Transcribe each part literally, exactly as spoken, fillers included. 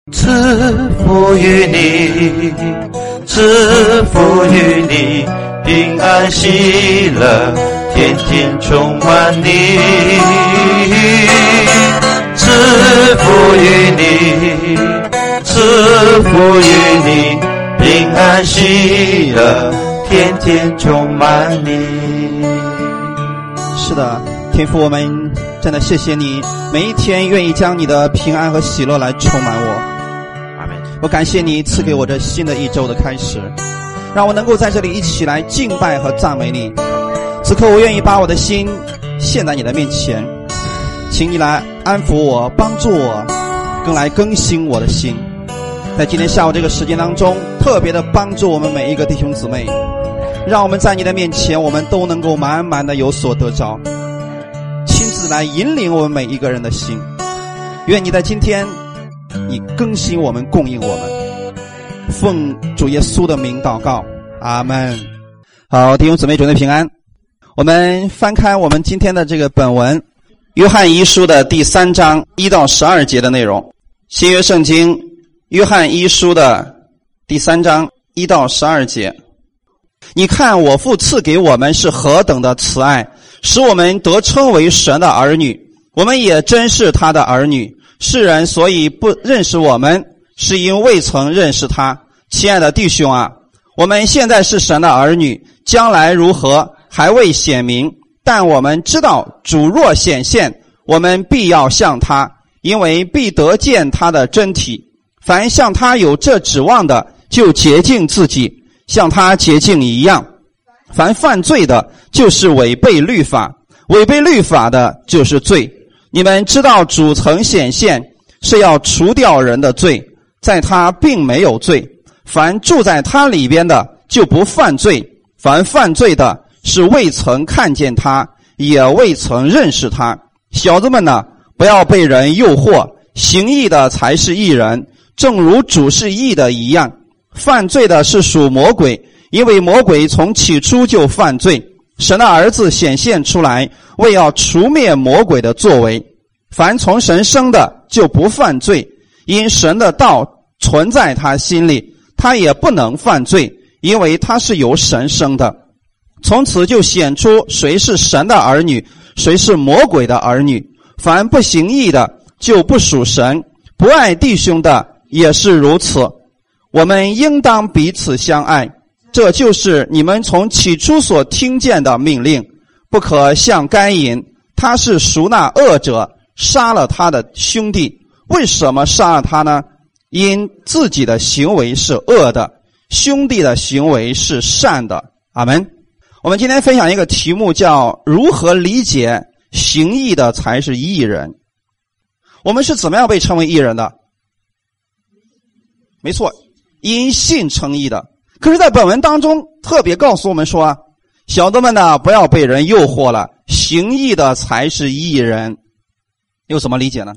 赐福于你，赐福于你，平安喜乐，天天充满你。赐福于你，赐福于你，平安喜乐，天天充满你。 是的，天父，我们真的谢谢你，每一天愿意将你的平安和喜乐来充满我。我感谢你赐给我这新的一周的开始，让我能够在这里一起来敬拜和赞美你。此刻我愿意把我的心献在你的面前，请你来安抚我，帮助我，更来更新我的心。在今天下午这个时间当中，特别的帮助我们每一个弟兄姊妹，让我们在你的面前，我们都能够满满的有所得着，亲自来引领我们每一个人的心。愿你在今天你更新我们，供应我们，奉主耶稣的名祷告，阿们。好，弟兄姊妹准备平安。我们翻开我们今天的这个本文，约翰一书的第三章一到十二节的内容。新约圣经约翰一书的第三章一到十二节。你看我父赐给我们是何等的慈爱，使我们得称为神的儿女，我们也真是他的儿女。世人所以不认识我们，是因未曾认识他。亲爱的弟兄啊，我们现在是神的儿女，将来如何还未显明，但我们知道主若显现，我们必要像他，因为必得见他的真体。凡像他有这指望的，就洁净自己，像他洁净一样。凡犯罪的，就是违背律法，违背律法的，就是罪。你们知道主曾显现，是要除掉人的罪，在他并没有罪。凡住在他里边的，就不犯罪。凡犯罪的，是未曾看见他，也未曾认识他。小子们呢，不要被人诱惑，行义的才是义人，正如主是义的一样。犯罪的是属魔鬼，因为魔鬼从起初就犯罪。神的儿子显现出来，为要除灭魔鬼的作为。凡从神生的，就不犯罪，因神的道存在他心里，他也不能犯罪，因为他是由神生的。从此就显出谁是神的儿女，谁是魔鬼的儿女。凡不行义的，就不属神，不爱弟兄的也是如此。我们应当彼此相爱，这就是你们从起初所听见的命令。不可像该隐，他是属那恶者，杀了他的兄弟。为什么杀了他呢？因自己的行为是恶的，兄弟的行为是善的。阿们。我们今天分享一个题目，叫如何理解行义的才是义人。我们是怎么样被称为义人的？没错，因信称义的。可是在本文当中特别告诉我们说啊，小子们呢，不要被人诱惑了，行义的才是义人。又怎么理解呢？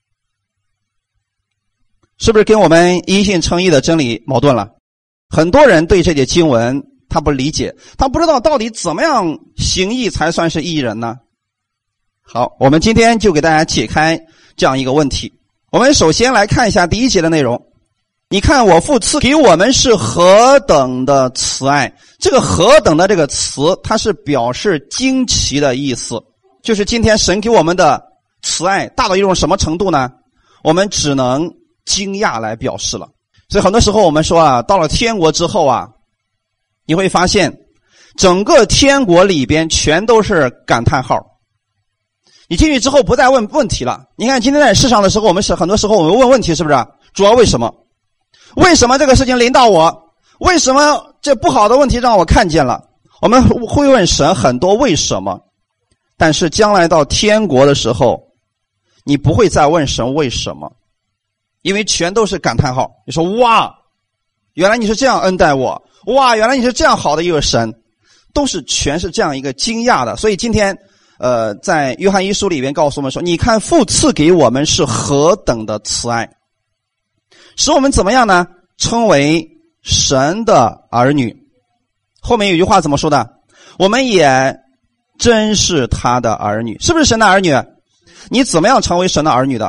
是不是跟我们因信称义的真理矛盾了？很多人对这节经文他不理解，他不知道到底怎么样行义才算是义人呢？好，我们今天就给大家解开这样一个问题。我们首先来看一下第一节的内容。你看我父赐给我们是何等的慈爱，这个何等的这个词，它是表示惊奇的意思，就是今天神给我们的慈爱大到一种什么程度呢？我们只能惊讶来表示了。所以很多时候我们说啊，到了天国之后啊，你会发现整个天国里边全都是感叹号。你进去之后不再问问题了。你看今天在世上的时候，我们是很多时候我们问问题，是不是？主要为什么？为什么这个事情临到我？为什么这不好的问题让我看见了？我们会问神很多为什么，但是将来到天国的时候，你不会再问神为什么，因为全都是感叹号。你说哇，原来你是这样恩待我，哇，原来你是这样好的一个神，都是全是这样一个惊讶的。所以今天呃，在约翰一书里边告诉我们说，你看父赐给我们是何等的慈爱，使我们怎么样呢？称为神的儿女。后面有句话怎么说的？我们也真是他的儿女。是不是神的儿女？你怎么样成为神的儿女的？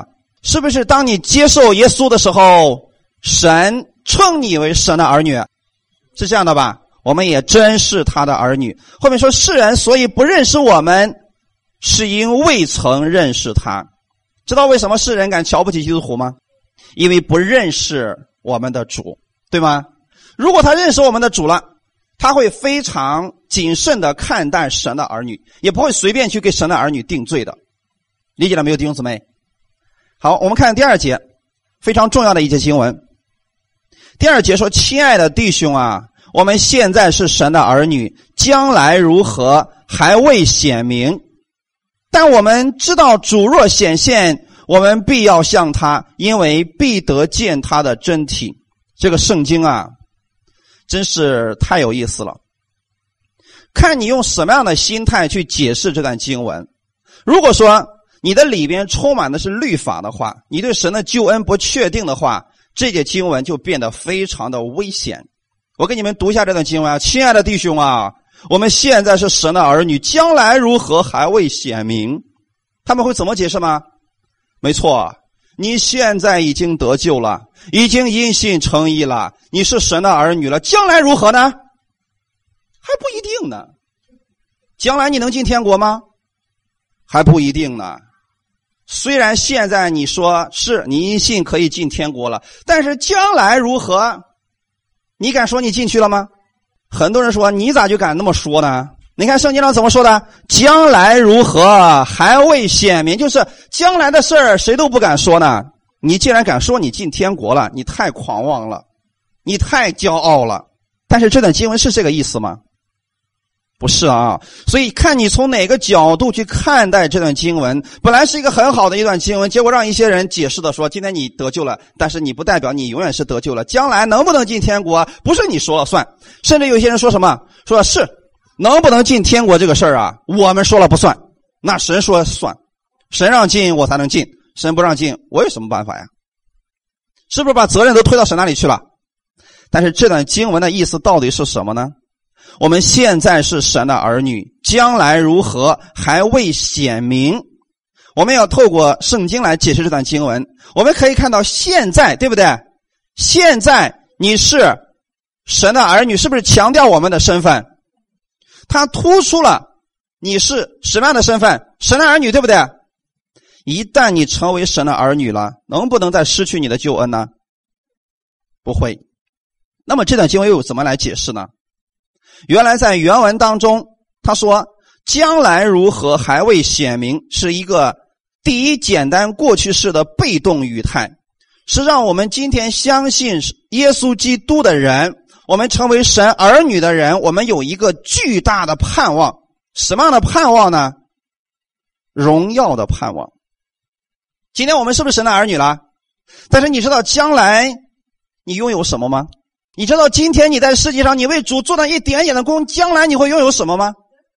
是不是当你接受耶稣的时候，神称你为神的儿女？是这样的吧？我们也真是他的儿女。后面说世人所以不认识我们，是因未曾认识他。知道为什么世人敢瞧不起基督徒吗？因为不认识我们的主，对吗？如果他认识我们的主了，他会非常谨慎的看待神的儿女，也不会随便去给神的儿女定罪的。理解了没有，弟兄姊妹？好，我们看第二节，非常重要的一节经文。第二节说，亲爱的弟兄啊，我们现在是神的儿女，将来如何还未显明，但我们知道主若显现，我们必要向他，因为必得见他的真体。这个圣经啊，真是太有意思了。看你用什么样的心态去解释这段经文。如果说你的里边充满的是律法的话，你对神的救恩不确定的话，这节经文就变得非常的危险。我给你们读一下这段经文啊，亲爱的弟兄啊，我们现在是神的儿女，将来如何还未显明。他们会怎么解释吗？没错，你现在已经得救了，已经因信称义了，你是神的儿女了，将来如何呢？还不一定呢。将来你能进天国吗？还不一定呢。虽然现在你说是你因信可以进天国了，但是将来如何？你敢说你进去了吗？很多人说你咋就敢那么说呢？你看圣经上怎么说的？将来如何还未显明，就是将来的事儿谁都不敢说呢。你既然敢说你进天国了，你太狂妄了，你太骄傲了。但是这段经文是这个意思吗？不是啊。所以看你从哪个角度去看待这段经文。本来是一个很好的一段经文，结果让一些人解释的说，今天你得救了，但是你不代表你永远是得救了，将来能不能进天国不是你说了算。甚至有些人说什么，说是能不能进天国这个事儿啊，我们说了不算，那神说算，神让进我才能进，神不让进我有什么办法呀？是不是把责任都推到神那里去了？但是这段经文的意思到底是什么呢？我们现在是神的儿女，将来如何还未显明。我们要透过圣经来解释这段经文。我们可以看到现在，对不对？现在你是神的儿女，是不是强调我们的身份？他突出了你是什么样的身份？神的儿女，对不对？一旦你成为神的儿女了，能不能再失去你的救恩呢？不会。那么这段经文又怎么来解释呢？原来在原文当中，他说将来如何还未显明，是一个第一简单过去式的被动语态，是让我们今天相信耶稣基督的人，我们成为神儿女的人，我们有一个巨大的盼望。什么样的盼望呢？荣耀的盼望。今天我们是不是神的儿女了？但是你知道将来你拥有什么吗？你知道今天你在世界上你为主做了一点点的工，将来你会拥有什么吗？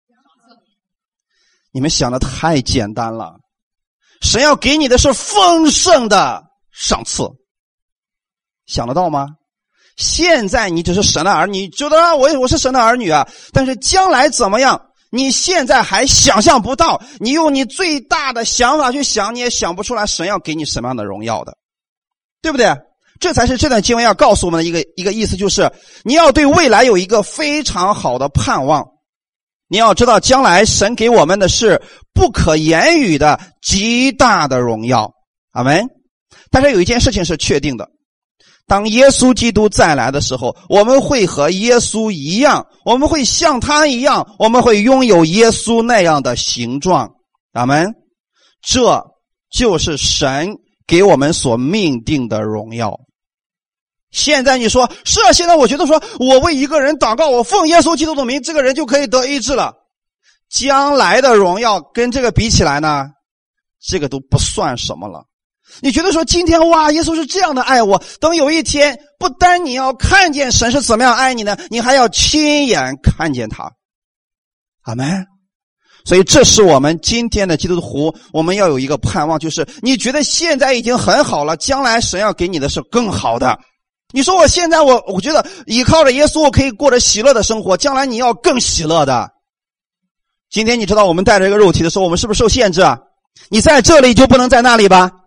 你们想的太简单了，神要给你的是丰盛的赏赐，想得到吗？现在你只是神的儿女，你觉得我我是神的儿女啊，但是将来怎么样你现在还想象不到，你用你最大的想法去想，你也想不出来神要给你什么样的荣耀的，对不对？这才是这段经文要告诉我们的一个一个意思，就是你要对未来有一个非常好的盼望。你要知道将来神给我们的是不可言语的极大的荣耀。阿们。但是有一件事情是确定的，当耶稣基督再来的时候，我们会和耶稣一样，我们会像他一样，我们会拥有耶稣那样的形状。阿们。这就是神给我们所命定的荣耀。现在你说是啊，现在我觉得说我为一个人祷告，我奉耶稣基督的名，这个人就可以得医治了。将来的荣耀跟这个比起来呢，这个都不算什么了。你觉得说今天哇，耶稣是这样的爱我，等有一天不单你要看见神是怎么样爱你呢，你还要亲眼看见他。阿们。所以这是我们今天的基督徒，我们要有一个盼望，就是你觉得现在已经很好了，将来神要给你的是更好的。你说我现在我我觉得依靠着耶稣我可以过着喜乐的生活，将来你要更喜乐的。今天你知道我们带着一个肉体的时候，我们是不是受限制啊？你在这里就不能在那里吧？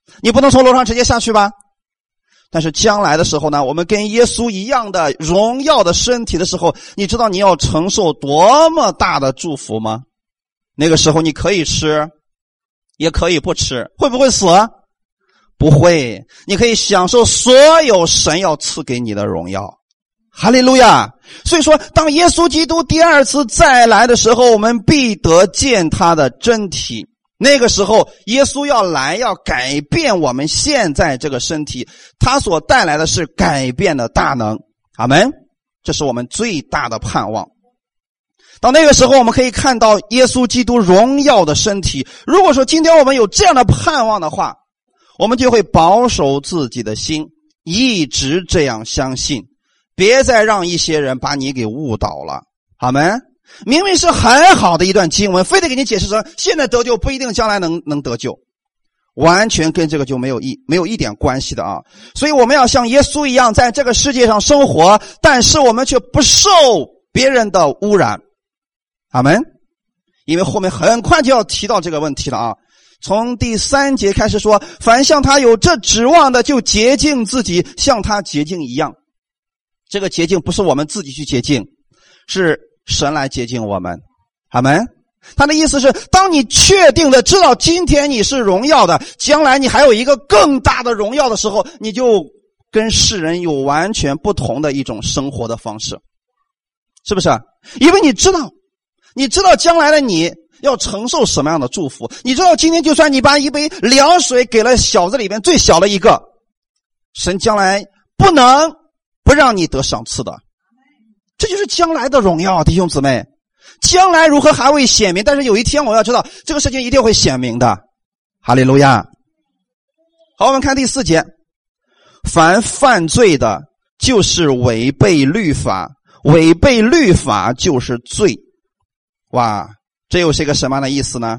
你不能从楼上直接下去吧？但是将来的时候呢，我们跟耶稣一样的荣耀的身体的时候，你知道你要承受多么大的祝福吗？那个时候你可以吃，也可以不吃，会不会死？不会，你可以享受所有神要赐给你的荣耀。哈利路亚！所以说，当耶稣基督第二次再来的时候，我们必得见他的真体。那个时候耶稣要来，要改变我们现在这个身体，他所带来的是改变的大能。阿们，这是我们最大的盼望。到那个时候我们可以看到耶稣基督荣耀的身体。如果说今天我们有这样的盼望的话，我们就会保守自己的心，一直这样相信，别再让一些人把你给误导了。阿们。明明是很好的一段经文，非得给你解释成现在得救不一定将来能能得救，完全跟这个就没有一没有一点关系的啊！所以我们要像耶稣一样在这个世界上生活，但是我们却不受别人的污染。阿们。因为后面很快就要提到这个问题了啊！从第三节开始说，凡像他有这指望的，就洁净自己，像他洁净一样。这个洁净不是我们自己去洁净，是神来洁净我们。阿们。他的意思是，当你确定的知道今天你是荣耀的，将来你还有一个更大的荣耀的时候，你就跟世人有完全不同的一种生活的方式，是不是？因为你知道你知道将来的你要承受什么样的祝福，你知道今天就算你把一杯凉水给了小子里面最小的一个，神将来不能不让你得赏赐的。这就是将来的荣耀，弟兄姊妹。将来如何还未显明，但是有一天我要知道这个事情一定会显明的。哈利路亚。好，我们看第四节，凡犯罪的就是违背律法，违背律法就是罪。哇，这又是一个什么样的意思呢？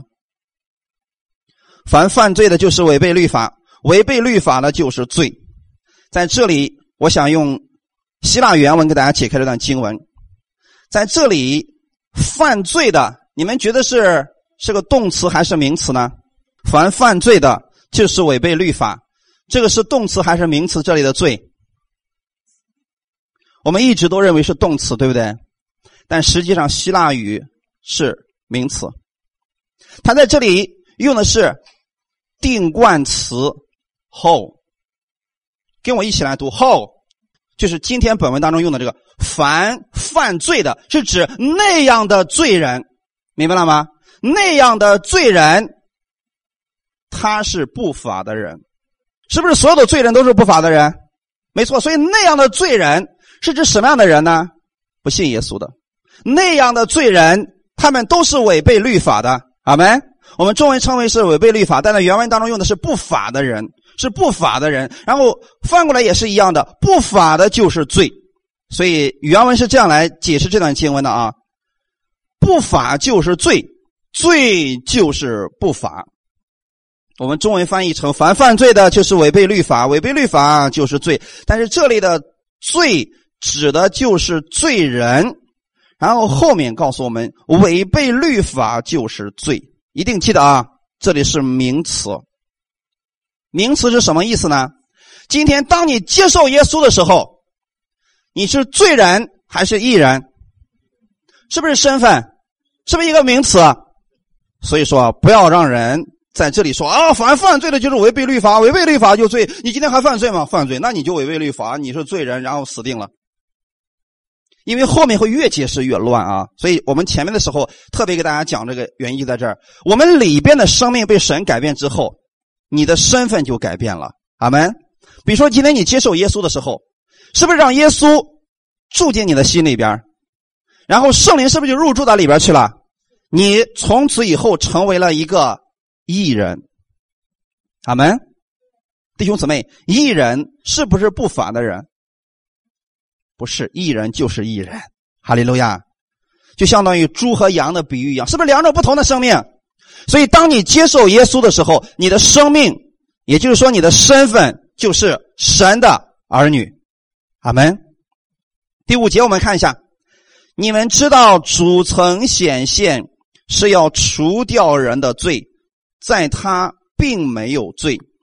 凡犯罪的就是违背律法，违背律法的就是罪。在这里我想用希腊原文给大家解开这段经文。在这里犯罪的，你们觉得是是个动词还是名词呢？凡犯罪的就是违背律法，这个是动词还是名词？这里的罪我们一直都认为是动词，对不对？但实际上希腊语是名词，它在这里用的是定冠词后。跟我一起来读后，就是今天本文当中用的这个凡犯罪的，是指那样的罪人，明白了吗？那样的罪人他是不法的人。是不是所有的罪人都是不法的人？没错。所以那样的罪人是指什么样的人呢？不信耶稣的。那样的罪人他们都是违背律法的。阿们。我们中文称为是违背律法，但在原文当中用的是不法的人，是不法的人。然后翻过来也是一样的，不法的就是罪。所以原文是这样来解释这段经文的啊，不法就是罪，罪就是不法。我们中文翻译成凡犯罪的就是违背律法，违背律法就是罪。但是这里的罪指的就是罪人，然后后面告诉我们违背律法就是罪。一定记得啊，这里是名词。名词是什么意思呢？今天当你接受耶稣的时候，你是罪人还是义人？是不是身份？是不是一个名词？所以说不要让人在这里说啊，凡犯罪的就是违背律法，违背律法就罪。你今天还犯罪吗？犯罪，那你就违背律法，你是罪人，然后死定了。因为后面会越解释越乱啊，所以我们前面的时候特别给大家讲这个原因在这儿。我们里边的生命被神改变之后，你的身份就改变了。阿们。比如说今天你接受耶稣的时候，是不是让耶稣住进你的心里边，然后圣灵是不是就入住到里边去了？你从此以后成为了一个义人。阿们。弟兄姊妹，义人是不是不法的人？不是，义人就是义人。哈利路亚。就相当于猪和羊的比喻一样，是不是两种不同的生命？所以当你接受耶稣的时候，你的生命，也就是说你的身份就是神的儿女。阿们。第五节我们看一下，你们知道主曾显现是要除掉人的罪，在他并没有罪，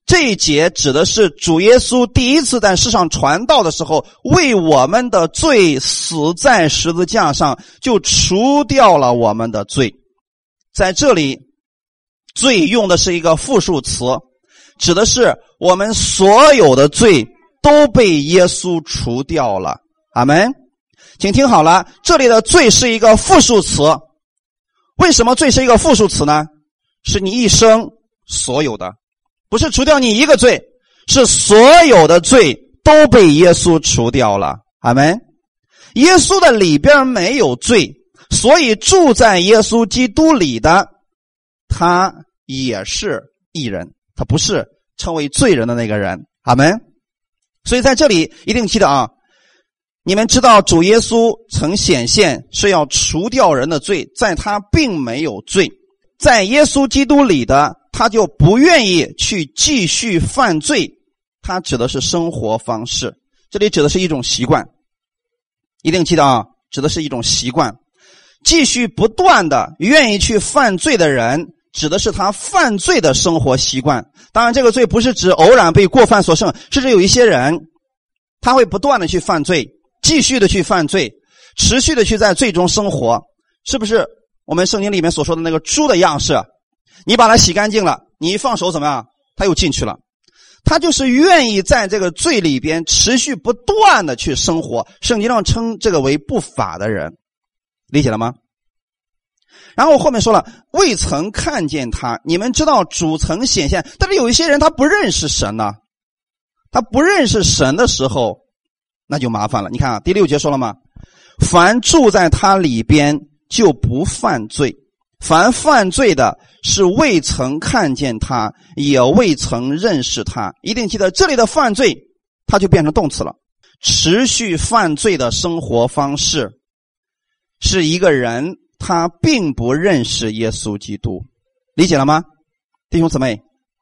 这一节指的是主耶稣第一次在世上传道的时候，为我们的罪死在十字架上，就除掉了我们的罪。在这里，罪用的是一个复数词，指的是我们所有的罪都被耶稣除掉了。阿们。请听好了，这里的罪是一个复数词。为什么罪是一个复数词呢？是你一生所有的，不是除掉你一个罪，是所有的罪都被耶稣除掉了。阿们。耶稣的里边没有罪，所以住在耶稣基督里的他也是义人，他不是成为罪人的那个人。阿们。所以在这里一定记得啊，你们知道主耶稣曾显现是要除掉人的罪，在他并没有罪，在耶稣基督里的他就不愿意去继续犯罪，他指的是生活方式，这里指的是一种习惯，一定记得啊，指的是一种习惯。继续不断的愿意去犯罪的人，指的是他犯罪的生活习惯。当然这个罪不是指偶然被过犯所胜，是指有一些人他会不断的去犯罪，继续的去犯罪，持续的去在罪中生活。是不是我们圣经里面所说的那个猪的样式？你把它洗干净了，你一放手怎么样？它又进去了。他就是愿意在这个罪里边持续不断的去生活，圣经上称这个为不法的人，理解了吗？然后我后面说了，未曾看见他，你们知道主曾显现，但是有一些人他不认识神呢、啊，他不认识神的时候，那就麻烦了。你看啊，第六节说了吗？凡住在他里边就不犯罪，凡犯罪的是未曾看见他，也未曾认识他。一定记得这里的犯罪它就变成动词了，持续犯罪的生活方式是一个人他并不认识耶稣基督，理解了吗？弟兄姊妹，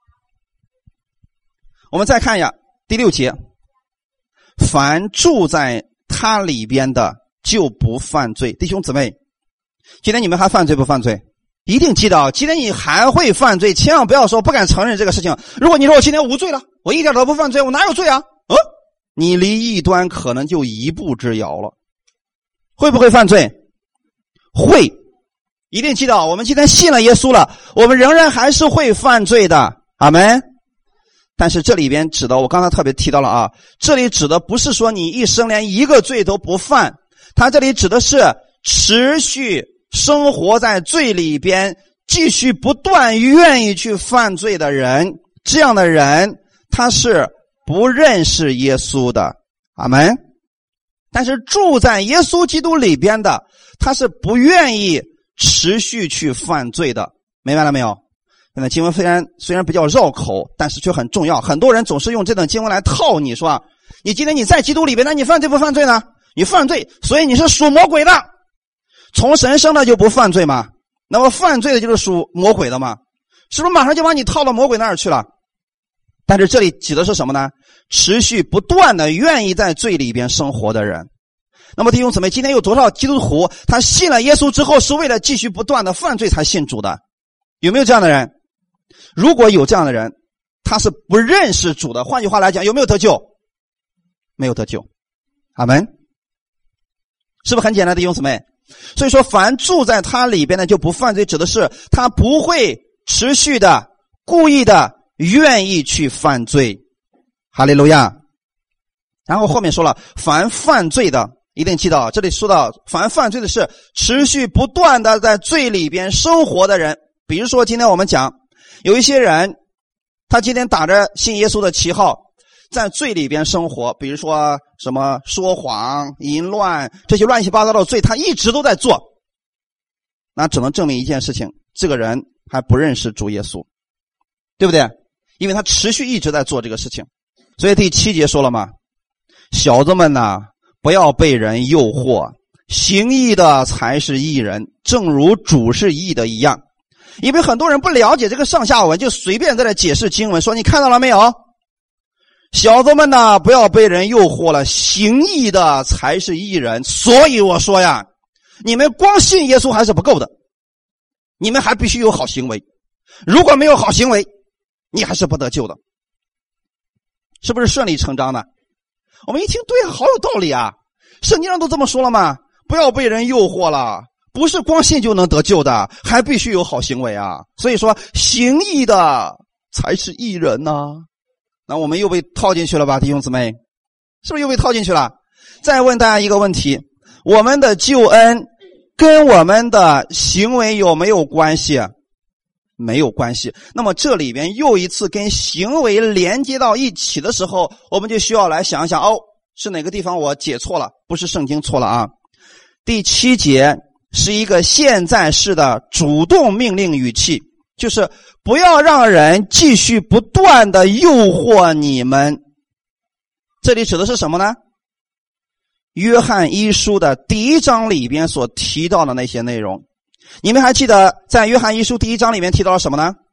我们再看一下第六节，凡住在他里边的就不犯罪。弟兄姊妹，今天你们还犯罪不犯罪？一定记得，今天你还会犯罪，千万不要说不敢承认这个事情。如果你说我今天无罪了，我一点都不犯罪，我哪有罪啊？哦，你离异端可能就一步之遥了。会不会犯罪？会。一定记得，我们今天信了耶稣了，我们仍然还是会犯罪的。阿们。但是这里边指的，我刚才特别提到了啊，这里指的不是说你一生连一个罪都不犯，他这里指的是持续生活在罪里边，继续不断愿意去犯罪的人，这样的人他是不认识耶稣的。阿们。但是住在耶稣基督里边的，他是不愿意持续去犯罪的。明白了没有？现在经文虽然虽然比较绕口，但是却很重要。很多人总是用这段经文来套你，说啊，你今天你在基督里边，那你犯罪不犯罪呢？你犯罪，所以你是属魔鬼的。从神生的就不犯罪吗？那么犯罪的就是属魔鬼的吗？是不是马上就把你套到魔鬼那儿去了？但是这里指的是什么呢？持续不断的愿意在罪里边生活的人。那么弟兄姊妹，今天有多少基督徒他信了耶稣之后是为了继续不断的犯罪才信主的？有没有这样的人？如果有这样的人，他是不认识主的，换句话来讲，有没有得救？没有得救。阿们。是不是很简单的弟兄姊妹？所以说凡住在他里边的就不犯罪，指的是他不会持续的故意的愿意去犯罪。哈利路亚。然后后面说了，凡犯罪的，一定记到，这里说到凡犯罪的是持续不断的在罪里边生活的人。比如说今天我们讲有一些人，他今天打着信耶稣的旗号在罪里边生活，比如说什么说谎、淫乱，这些乱七八糟的罪他一直都在做，那只能证明一件事情，这个人还不认识主耶稣，对不对？因为他持续一直在做这个事情。所以第七节说了嘛，小子们呐，不要被人诱惑，行义的才是义人，正如主是义的一样。因为很多人不了解这个上下文，就随便在这解释经文，说你看到了没有？小子们呐，不要被人诱惑了，行义的才是义人。所以我说呀，你们光信耶稣还是不够的，你们还必须有好行为。如果没有好行为，你还是不得救的。 是不是顺理成章的？我们一听，对，好有道理啊！圣经上都这么说了嘛，不要被人诱惑了，不是光信就能得救的，还必须有好行为啊！所以说，行义的才是义人呢、啊。那我们又被套进去了吧，弟兄姊妹，是不是又被套进去了？再问大家一个问题，我们的救恩跟我们的行为有没有关系？没有关系。那么这里边又一次跟行为连接到一起的时候，我们就需要来想一想，哦，是哪个地方我解错了？不是圣经错了啊。第七节是一个现在式的主动命令语气，就是不要让人继续不断的诱惑你们。这里指的是什么呢？约翰一书的第一章里边所提到的那些内容。你们还记得在约翰一书第一章里面提到了什么呢？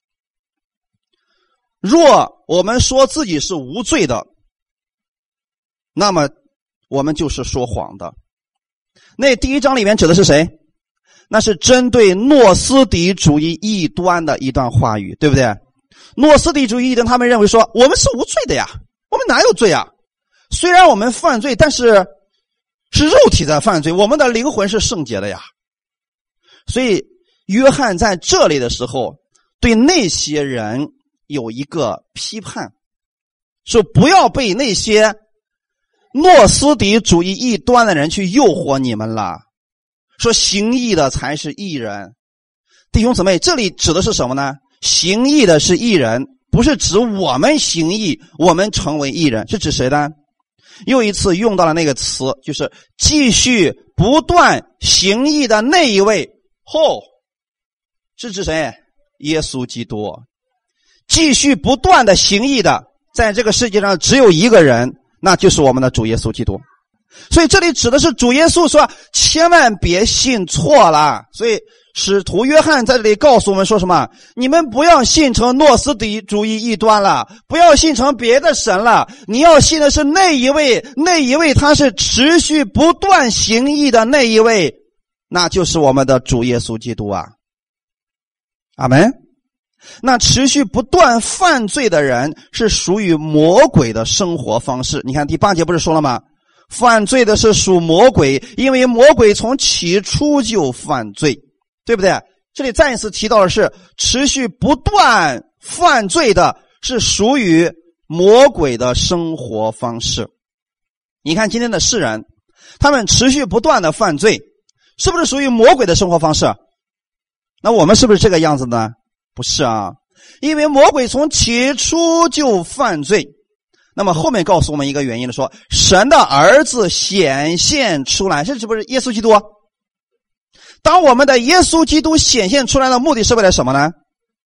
若我们说自己是无罪的，那么我们就是说谎的。那第一章里面指的是谁？那是针对诺斯底主义异端的一段话语，对不对？诺斯底主义异端他们认为说，我们是无罪的呀，我们哪有罪啊？虽然我们犯罪，但是是肉体在犯罪，我们的灵魂是圣洁的呀。所以约翰在这里的时候对那些人有一个批判，说不要被那些诺斯底主义异端的人去诱惑你们了，说行义的才是义人。弟兄姊妹，这里指的是什么呢？行义的是义人，不是指我们行义我们成为义人，是指谁呢？又一次用到了那个词，就是继续不断行义的那一位后，是指谁？耶稣基督。继续不断的行义的，在这个世界上只有一个人，那就是我们的主耶稣基督。所以这里指的是主耶稣，说千万别信错了。所以使徒约翰在这里告诉我们说什么？你们不要信成诺斯底主义异端了，不要信成别的神了，你要信的是那一位，那一位他是持续不断行义的那一位，那就是我们的主耶稣基督啊。阿们。那持续不断犯罪的人是属于魔鬼的生活方式。你看第八节不是说了吗？犯罪的是属魔鬼，因为魔鬼从起初就犯罪，对不对？这里再一次提到的是持续不断犯罪的是属于魔鬼的生活方式。你看今天的世人，他们持续不断的犯罪，是不是属于魔鬼的生活方式？那我们是不是这个样子呢？不是啊，因为魔鬼从起初就犯罪。那么后面告诉我们一个原因了，说神的儿子显现出来，这是不是耶稣基督？当我们的耶稣基督显现出来的目的是为了什么呢？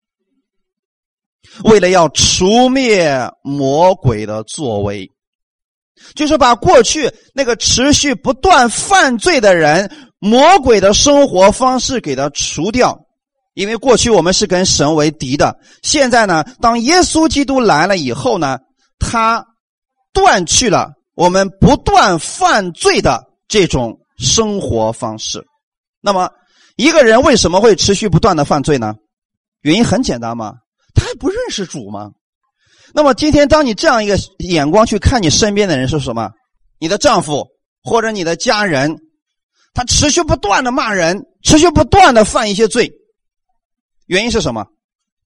为了要除灭魔鬼的作为，就是把过去那个持续不断犯罪的人，魔鬼的生活方式给他除掉。因为过去我们是跟神为敌的，现在呢，当耶稣基督来了以后呢，他断去了我们不断犯罪的这种生活方式。那么一个人为什么会持续不断的犯罪呢？原因很简单嘛，他还不认识主嘛。那么今天当你这样一个眼光去看你身边的人是什么？你的丈夫或者你的家人，他持续不断的骂人，持续不断的犯一些罪，原因是什么？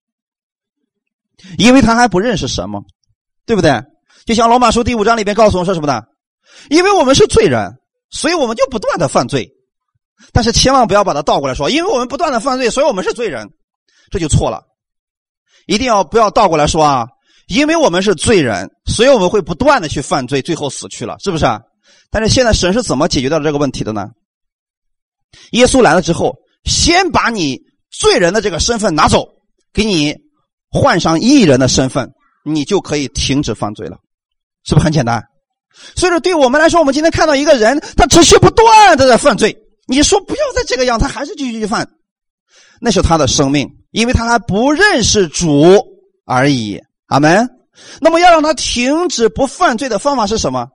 因为他还不认识神嘛，对不对？就像罗马书第五章里边告诉我们说什么呢？因为我们是罪人，所以我们就不断的犯罪。但是千万不要把它倒过来说，因为我们不断的犯罪，所以我们是罪人，这就错了。一定要不要倒过来说啊？因为我们是罪人，所以我们会不断的去犯罪，最后死去了，是不是啊？但是现在神是怎么解决掉这个问题的呢？耶稣来了之后，先把你罪人的这个身份拿走，给你换上义人的身份，你就可以停止犯罪了，是不是很简单？所以说对我们来说，我们今天看到一个人他持续不断的在犯罪，你说不要再这个样，他还是继续犯，那是他的生命，因为他还不认识主而已。阿们。那么要让他停止不犯罪的方法是什么？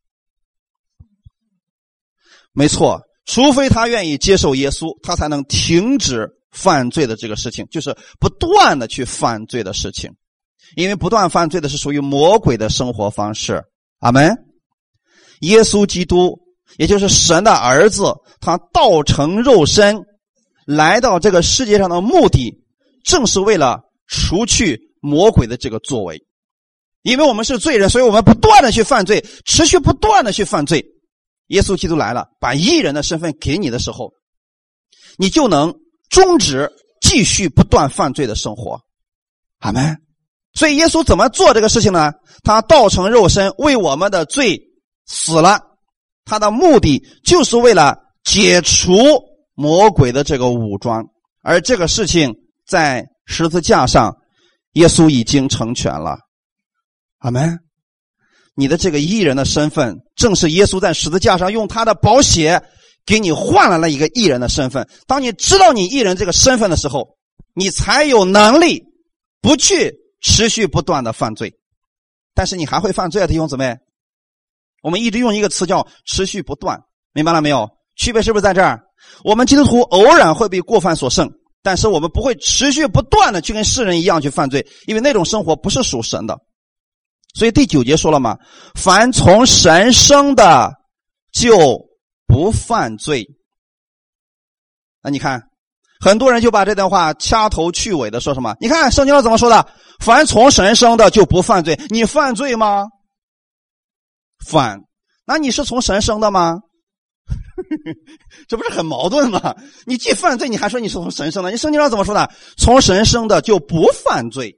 没错，除非他愿意接受耶稣，他才能停止犯罪的这个事情，就是不断的去犯罪的事情。 因为不断犯罪的是属于魔鬼的生活方式。阿们。耶稣基督也就是神的儿子，他道成肉身来到这个世界上的目的，正是为了除去魔鬼的这个作为。因为我们是罪人，所以我们不断的去犯罪，持续不断的去犯罪。耶稣基督来了，把义人的身份给你的时候，你就能终止继续不断犯罪的生活。阿们。所以耶稣怎么做这个事情呢？他道成肉身为我们的罪死了，他的目的就是为了解除魔鬼的这个武装，而这个事情在十字架上耶稣已经成全了。阿们。你的这个义人的身份，正是耶稣在十字架上用他的宝血给你换来了一个义人的身份。当你知道你义人这个身份的时候，你才有能力不去持续不断的犯罪。但是你还会犯罪啊，弟兄姊妹。我们一直用一个词叫持续不断，明白了没有？区别是不是在这儿？我们基督徒偶然会被过犯所胜，但是我们不会持续不断的去跟世人一样去犯罪，因为那种生活不是属神的。所以第九节说了嘛，凡从神生的就不犯罪。那你看很多人就把这段话掐头去尾的说什么，你看圣经上怎么说的？凡从神生的就不犯罪。你犯罪吗？犯。那你是从神生的吗？这不是很矛盾吗？你既犯罪你还说你是从神生的，你圣经上怎么说的？从神生的就不犯罪。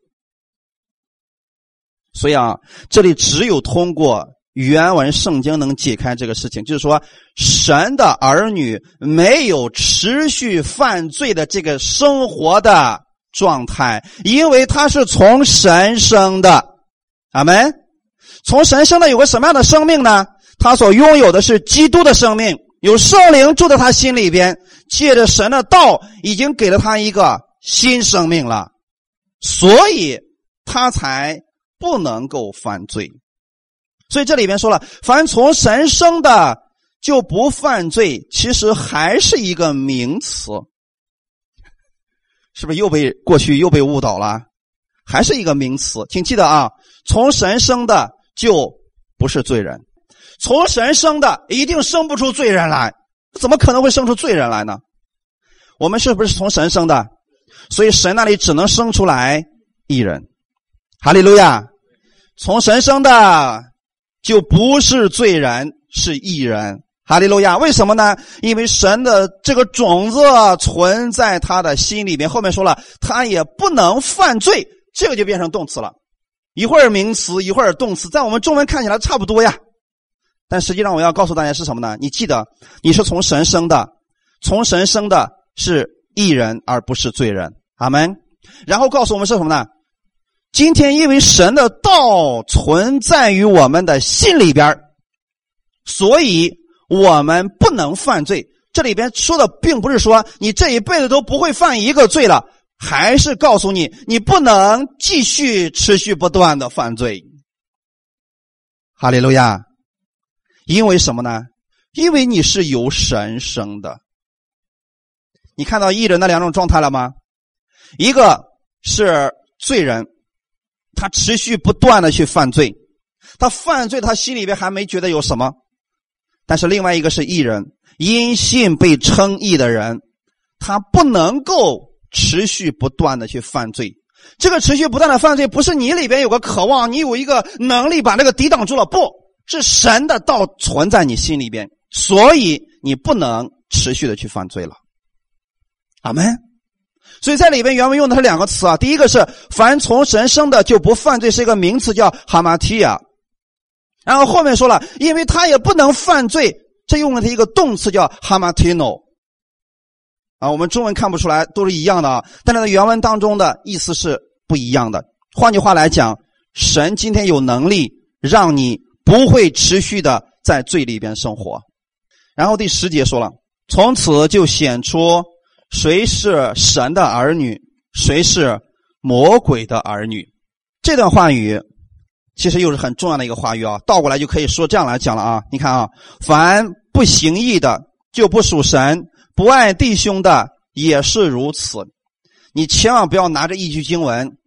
所以啊，这里只有通过原文圣经能解开这个事情，就是说神的儿女没有持续犯罪的这个生活的状态，因为他是从神生的。阿们。从神生的有个什么样的生命呢？他所拥有的是基督的生命，有圣灵住在他心里边，借着神的道已经给了他一个新生命了，所以他才不能够犯罪。所以这里边说了，凡从神生的就不犯罪，其实还是一个名词。是不是又被过去又被误导了？还是一个名词。请记得啊，从神生的就不是罪人，从神生的一定生不出罪人来，怎么可能会生出罪人来呢？我们是不是从神生的？所以神那里只能生出来义人。哈利路亚。从神生的就不是罪人，是义人。哈利路亚。为什么呢？因为神的这个种子存在他的心里面，后面说了他也不能犯罪，这个就变成动词了，一会儿名词一会儿动词，在我们中文看起来差不多呀，但实际上我要告诉大家是什么呢？你记得你是从神生的，从神生的是义人而不是罪人。阿们。然后告诉我们是什么呢？今天因为神的道存在于我们的心里边，所以我们不能犯罪。这里边说的并不是说你这一辈子都不会犯一个罪了，还是告诉你你不能继续持续不断的犯罪。哈利路亚。因为什么呢？因为你是由神生的。你看到义人的两种状态了吗？一个是罪人，他持续不断的去犯罪，他犯罪他心里边还没觉得有什么。但是另外一个是义人，因信被称义的人，他不能够持续不断的去犯罪。这个持续不断的犯罪不是你里边有个渴望，你有一个能力把那个抵挡住了，不是神的道存在你心里边，所以你不能持续的去犯罪了。阿们。所以在里边原文用的是两个词啊，第一个是凡从神生的就不犯罪，是一个名词叫哈马提亚。然后后面说了因为他也不能犯罪，这用了一个动词叫哈马提诺。啊，我们中文看不出来，都是一样的啊，但是在原文当中的意思是不一样的。换句话来讲，神今天有能力让你不会持续的在罪里边生活。然后第十节说了，从此就显出谁是神的儿女，谁是魔鬼的儿女。这段话语其实又是很重要的一个话语啊，倒过来就可以说这样来讲了啊。你看啊，凡不行义的就不属神，不爱弟兄的也是如此。你千万不要拿着一句经文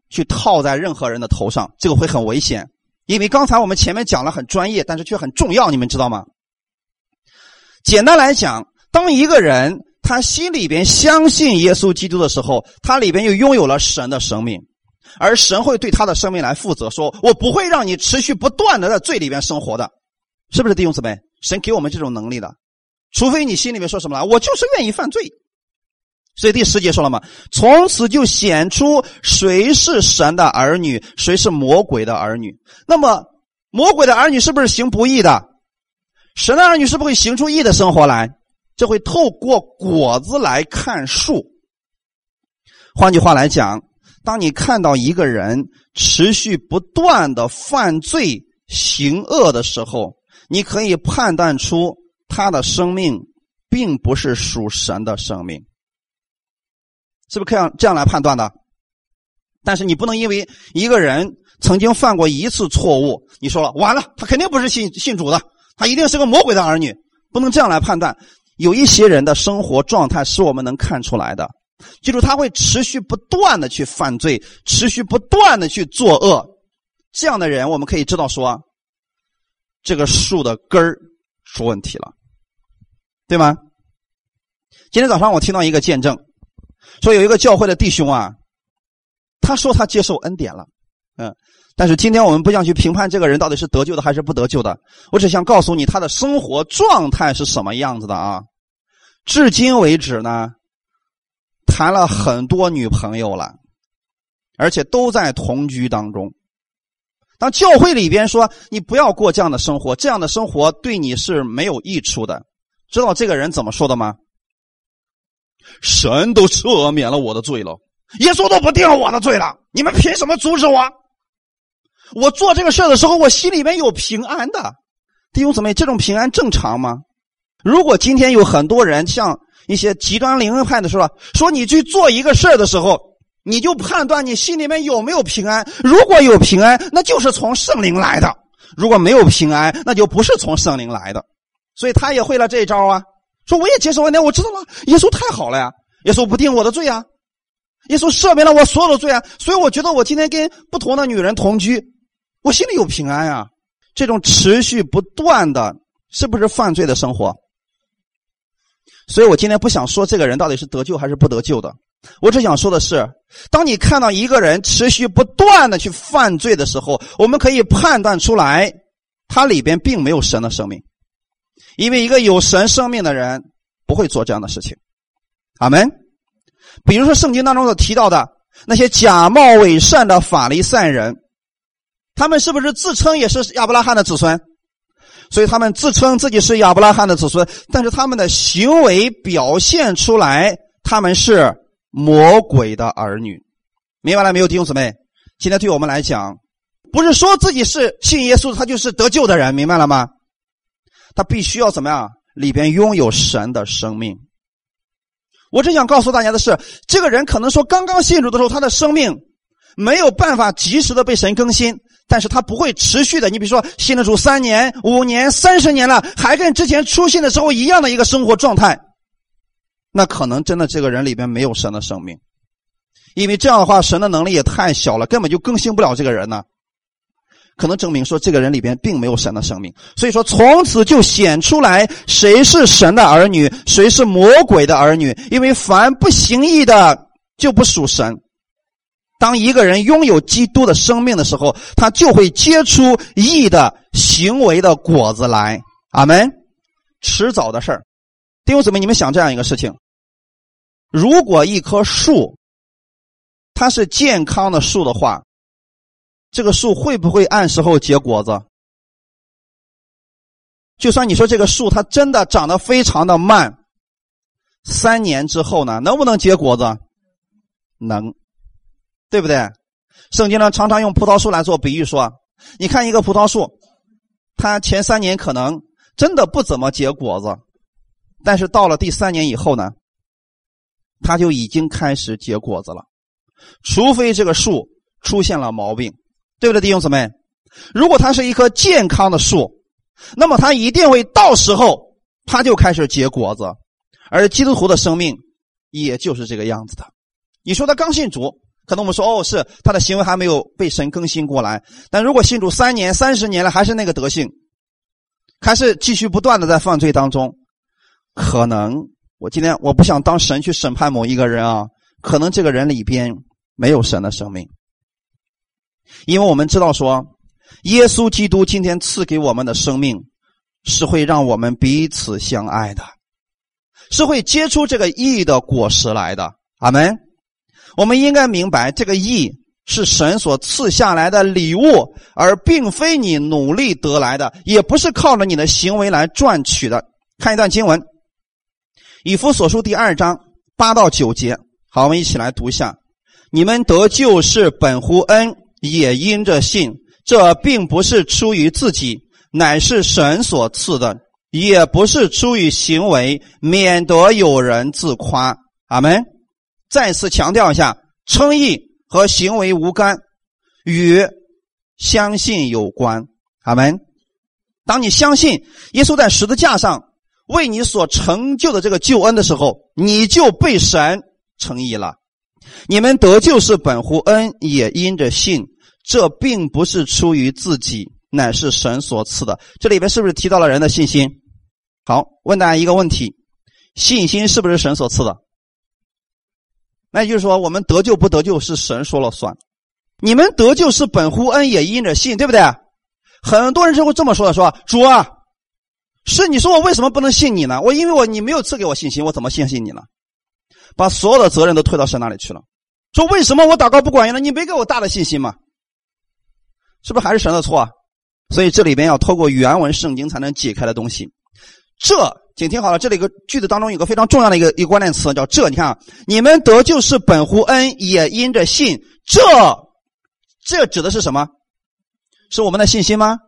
去套在任何人的头上，这个会很危险。因为刚才我们前面讲了很专业，但是却很重要，你们知道吗？简单来讲，当一个人他心里边相信耶稣基督的时候，他里边又拥有了神的生命，而神会对他的生命来负责，说我不会让你持续不断的在罪里边生活的，是不是弟兄姊妹？神给我们这种能力的，除非你心里面说什么了，我就是愿意犯罪。所以第十节说了嘛，从此就显出谁是神的儿女，谁是魔鬼的儿女。那么魔鬼的儿女是不是行不义的？神的儿女是不是会行出义的生活来？这会透过果子来看树。换句话来讲，当你看到一个人持续不断的犯罪行恶的时候，你可以判断出他的生命并不是属神的生命，是不是可以这样来判断的？但是你不能因为一个人曾经犯过一次错误，你说了完了，他肯定不是信信主的，他一定是个魔鬼的儿女，不能这样来判断。有一些人的生活状态是我们能看出来的，就是他会持续不断的去犯罪，持续不断的去作恶，这样的人我们可以知道说这个树的根儿出问题了，对吗？今天早上我听到一个见证，说有一个教会的弟兄啊，他说他接受恩典了，嗯，但是今天我们不想去评判这个人到底是得救的还是不得救的，我只想告诉你他的生活状态是什么样子的啊。至今为止呢，谈了很多女朋友了，而且都在同居当中。当教会里边说你不要过这样的生活，这样的生活对你是没有益处的，知道这个人怎么说的吗？神都赦免了我的罪了，耶稣都不定我的罪了，你们凭什么阻止我？我做这个事的时候我心里面有平安的。弟兄姊妹，这种平安正常吗？如果今天有很多人像一些极端灵恩派的说说你去做一个事的时候，你就判断你心里面有没有平安，如果有平安那就是从圣灵来的，如果没有平安那就不是从圣灵来的。所以他也会了这一招啊，说我也接受恩典，我知道了，耶稣太好了呀，耶稣不定我的罪啊，耶稣赦免了我所有的罪啊，所以我觉得我今天跟不同的女人同居，我心里有平安啊。这种持续不断的是不是犯罪的生活？所以我今天不想说这个人到底是得救还是不得救的，我只想说的是，当你看到一个人持续不断的去犯罪的时候，我们可以判断出来他里边并没有神的生命，因为一个有神生命的人不会做这样的事情。阿们。比如说圣经当中所提到的那些假冒伪善的法利赛人，他们是不是自称也是亚伯拉罕的子孙？所以他们自称自己是亚伯拉罕的子孙，但是他们的行为表现出来他们是魔鬼的儿女。明白了没有弟兄姊妹？今天对我们来讲，不是说自己是信耶稣他就是得救的人，明白了吗？他必须要怎么样？里边拥有神的生命。我只想告诉大家的是，这个人可能说刚刚信主的时候他的生命没有办法及时的被神更新，但是他不会持续的，你比如说信了主三年五年三十年了，还跟之前初信的时候一样的一个生活状态，那可能真的这个人里边没有神的生命。因为这样的话神的能力也太小了，根本就更新不了这个人呢，可能证明说这个人里边并没有神的生命。所以说从此就显出来谁是神的儿女，谁是魔鬼的儿女，因为凡不行义的就不属神。当一个人拥有基督的生命的时候，他就会结出义的行为的果子来。阿们。迟早的事儿。弟兄姊妹，你们想这样一个事情，如果一棵树它是健康的树的话，这个树会不会按时候结果子？就算你说这个树它真的长得非常的慢，三年之后呢，能不能结果子？能，对不对？圣经呢常常用葡萄树来做比喻，说你看一个葡萄树，它前三年可能真的不怎么结果子，但是到了第三年以后呢，它就已经开始结果子了，除非这个树出现了毛病，对不对弟兄姊妹？如果它是一棵健康的树，那么它一定会到时候它就开始结果子。而基督徒的生命也就是这个样子的。你说他刚信主， 可能我们说哦，是他的行为还没有被神更新过来。但如果信主三年、三十年了，还是那个德性，还是继续不断的在犯罪当中，可能我今天我不想当神去审判某一个人啊，可能这个人里边没有神的生命。因为我们知道说，耶稣基督今天赐给我们的生命是会让我们彼此相爱的，是会结出这个义的果实来的。阿们。我们应该明白，这个义是神所赐下来的礼物，而并非你努力得来的，也不是靠着你的行为来赚取的。看一段经文，以弗所书第二章八到九节。好，我们一起来读一下。你们得救是本乎恩，也因着信，这并不是出于自己，乃是神所赐的，也不是出于行为，免得有人自夸。阿们。再次强调一下，称义和行为无干，与相信有关。阿们。当你相信耶稣在十字架上为你所成就的这个救恩的时候，你就被神称义了。你们得救是本乎恩，也因着信，这并不是出于自己，乃是神所赐的。这里边是不是提到了人的信心？好，问大家一个问题，信心是不是神所赐的？那也就是说，我们得救不得救是神说了算。你们得救是本乎恩，也因着信，对不对？很多人就会这么说的，说主啊，是你说我为什么不能信你呢？我因为我你没有赐给我信心，我怎么相信你呢？把所有的责任都推到神那里去了。说为什么我祷告不管用呢？你没给我大的信心吗？是不是还是神的错啊？所以这里边要透过原文圣经才能解开的东西。这请听好了，这里一个句子当中有个非常重要的一个一个关键词叫这。你看啊，你们得救是本乎恩，也因着信。这这指的是什么？是我们的信心吗？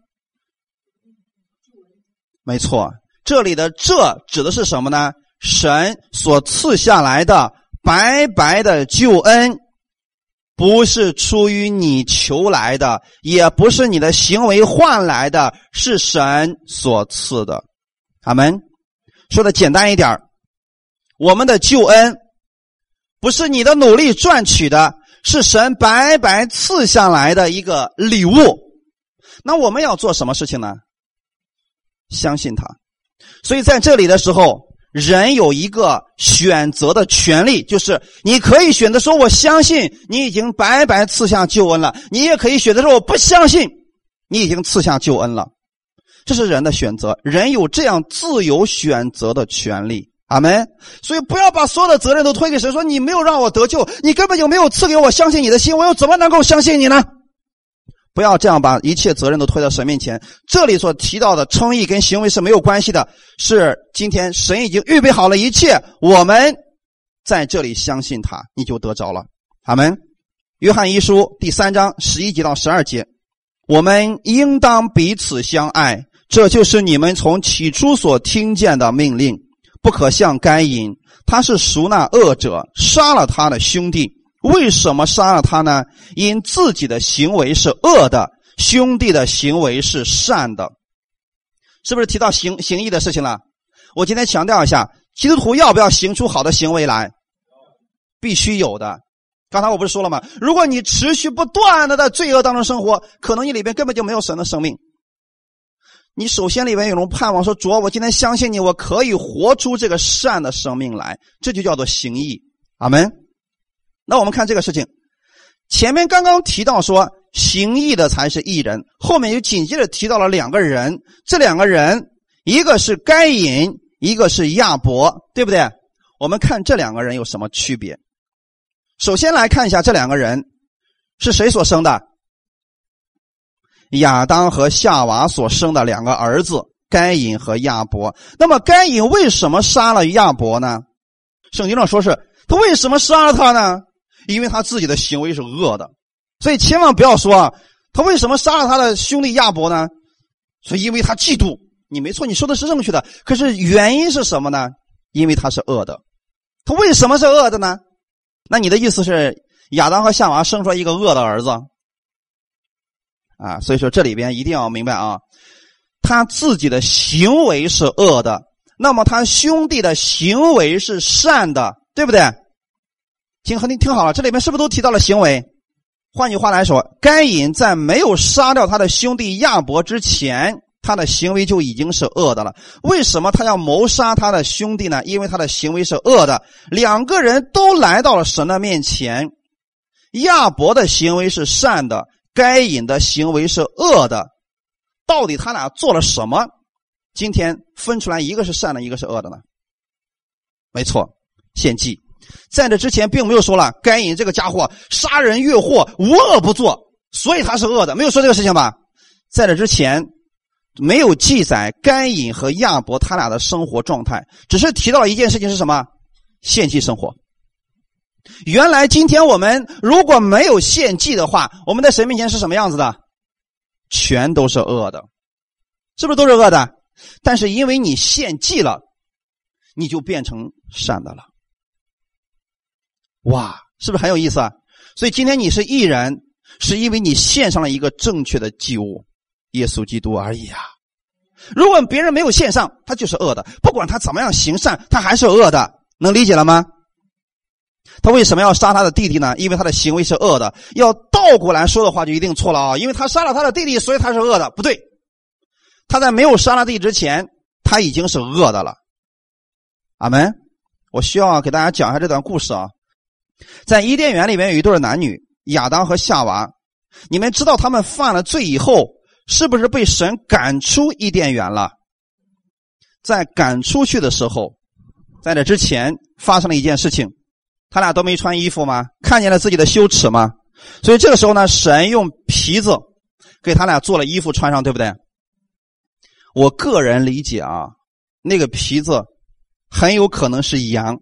没错，这里的这指的是什么呢？神所赐下来的白白的救恩，不是出于你求来的，也不是你的行为换来的，是神所赐的。阿们。说的简单一点，我们的救恩不是你的努力赚取的，是神白白赐下来的一个礼物。那我们要做什么事情呢？相信他。所以在这里的时候，人有一个选择的权利，就是你可以选择说我相信你已经白白赐下救恩了，你也可以选择说我不相信你已经赐下救恩了。这是人的选择，人有这样自由选择的权利。阿们。所以不要把所有的责任都推给神，说你没有让我得救，你根本就没有赐给我相信你的心，我又怎么能够相信你呢？不要这样把一切责任都推到神面前。这里所提到的称义跟行为是没有关系的，是今天神已经预备好了一切，我们在这里相信他，你就得着了。阿们。约翰一书第三章十一节到十二节，我们应当彼此相爱，这就是你们从起初所听见的命令。不可像该隐，他是属那恶者，杀了他的兄弟。为什么杀了他呢？因自己的行为是恶的，兄弟的行为是善的。是不是提到行行义的事情了？我今天强调一下，基督徒要不要行出好的行为来？必须有的。刚才我不是说了吗？如果你持续不断的在罪恶当中生活，可能你里边根本就没有神的生命。你首先里边有种盼望说，主啊，我今天相信你，我可以活出这个善的生命来，这就叫做行义。阿们。那我们看这个事情，前面刚刚提到说行义的才是义人，后面又紧接着提到了两个人，这两个人一个是该隐，一个是亚伯，对不对？我们看这两个人有什么区别。首先来看一下这两个人是谁所生的？亚当和夏娃所生的两个儿子，该隐和亚伯。那么该隐为什么杀了亚伯呢？圣经上说是他为什么杀了他呢？因为他自己的行为是恶的。所以千万不要说啊，他为什么杀了他的兄弟亚伯呢？是因为他嫉妒。你没错，你说的是正确的，可是原因是什么呢？因为他是恶的。他为什么是恶的呢？那你的意思是亚当和夏娃生出来一个恶的儿子啊？所以说这里边一定要明白啊，他自己的行为是恶的，那么他兄弟的行为是善的，对不对？ 听听听好了，这里面是不是都提到了行为？换句话来说，该隐在没有杀掉他的兄弟亚伯之前，他的行为就已经是恶的了。为什么他要谋杀他的兄弟呢？因为他的行为是恶的。两个人都来到了神的面前，亚伯的行为是善的，该隐的行为是恶的。到底他俩做了什么？今天分出来一个是善的，一个是恶的呢？没错，献祭。在这之前并没有说了该隐这个家伙杀人越货，无恶不作，所以他是恶的，没有说这个事情吧？在这之前没有记载该隐和亚伯他俩的生活状态，只是提到了一件事情是什么？献祭生活。原来今天我们如果没有献祭的话，我们在神面前是什么样子的？全都是恶的，是不是都是恶的？但是因为你献祭了，你就变成善的了。哇，是不是很有意思啊？所以今天你是义人，是因为你献上了一个正确的祭物，耶稣基督而已啊。如果别人没有献上，他就是恶的，不管他怎么样行善，他还是恶的，能理解了吗？他为什么要杀他的弟弟呢？因为他的行为是恶的。要倒过来说的话就一定错了啊！因为他杀了他的弟弟，所以他是恶的，不对。他在没有杀他弟弟之前，他已经是恶的了。阿们。我需要给大家讲一下这段故事啊。在伊甸园里面有一对男女，亚当和夏娃。你们知道他们犯了罪以后，是不是被神赶出伊甸园了？在赶出去的时候，在这之前发生了一件事情，他俩都没穿衣服吗？看见了自己的羞耻吗？所以这个时候呢，神用皮子给他俩做了衣服穿上，对不对？我个人理解啊，那个皮子很有可能是羊，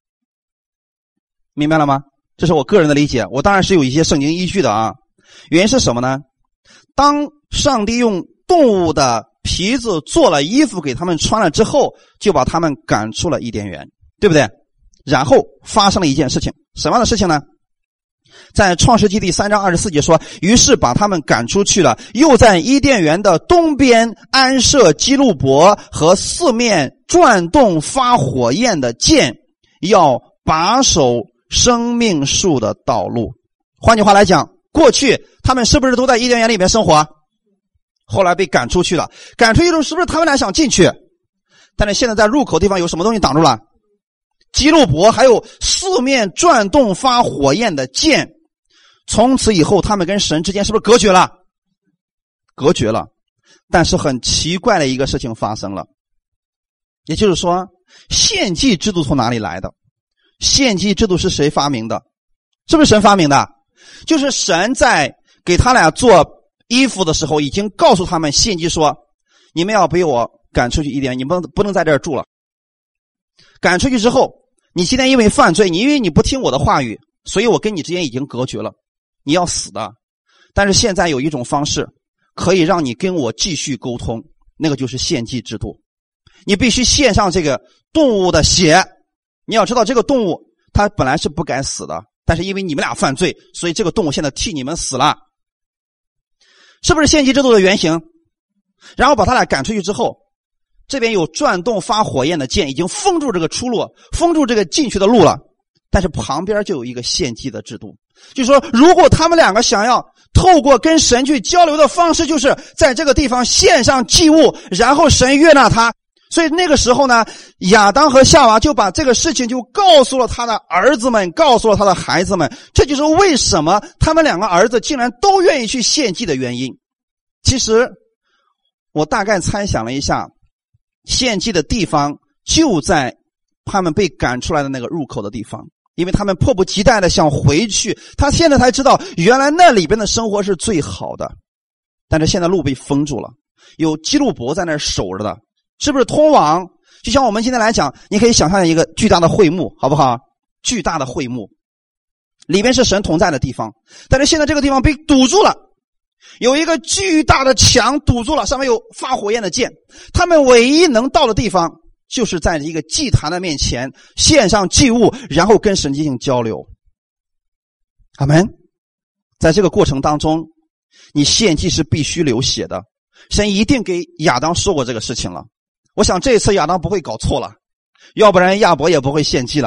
明白了吗？这是我个人的理解，我当然是有一些圣经依据的啊。原因是什么呢？当上帝用动物的皮子做了衣服给他们穿了之后，就把他们赶出了伊甸园，对不对？然后发生了一件事情，什么样的事情呢？在创世纪第三章二十四节说，于是把他们赶出去了，又在伊甸园的东边安设基路伯和四面转动发火焰的剑，要把守生命树的道路。换句话来讲，过去他们是不是都在伊甸园里面生活？后来被赶出去了，赶出去之后是不是他们俩想进去？但是现在在入口地方有什么东西挡住了？基路伯还有四面转动发火焰的剑。从此以后他们跟神之间是不是隔绝了？隔绝了。但是很奇怪的一个事情发生了，也就是说献祭制度从哪里来的？献祭制度是谁发明的？是不是神发明的？就是神在给他俩做衣服的时候已经告诉他们献祭说，你们要被我赶出去一点，你们不能在这儿住了。赶出去之后，你今天因为犯罪，你因为你不听我的话语，所以我跟你之间已经隔绝了，你要死的。但是现在有一种方式可以让你跟我继续沟通，那个就是献祭制度。你必须献上这个动物的血，你要知道这个动物它本来是不该死的，但是因为你们俩犯罪，所以这个动物现在替你们死了，是不是献祭制度的原型？然后把他俩赶出去之后，这边有转动发火焰的剑，已经封住这个出路，封住这个进去的路了。但是旁边就有一个献祭的制度，就是说如果他们两个想要透过跟神去交流的方式，就是在这个地方献上祭物，然后神悦纳他。所以那个时候呢，亚当和夏娃就把这个事情就告诉了他的儿子们，告诉了他的孩子们。这就是为什么他们两个儿子竟然都愿意去献祭的原因。其实我大概猜想了一下，献祭的地方就在他们被赶出来的那个入口的地方，因为他们迫不及待的想回去。他现在才知道原来那里边的生活是最好的，但是现在路被封住了，有基路伯在那儿守着的，是不是通往，就像我们今天来讲，你可以想象一个巨大的会幕，好不好？巨大的会幕里面是神同在的地方，但是现在这个地方被堵住了，有一个巨大的墙堵住了，上面有发火焰的剑。他们唯一能到的地方就是在一个祭坛的面前献上祭物，然后跟神进行交流。阿们。在这个过程当中，你献祭是必须流血的，神一定给亚当说过这个事情了。我想这一次亚当不会搞错了，要不然亚伯也不会献祭了。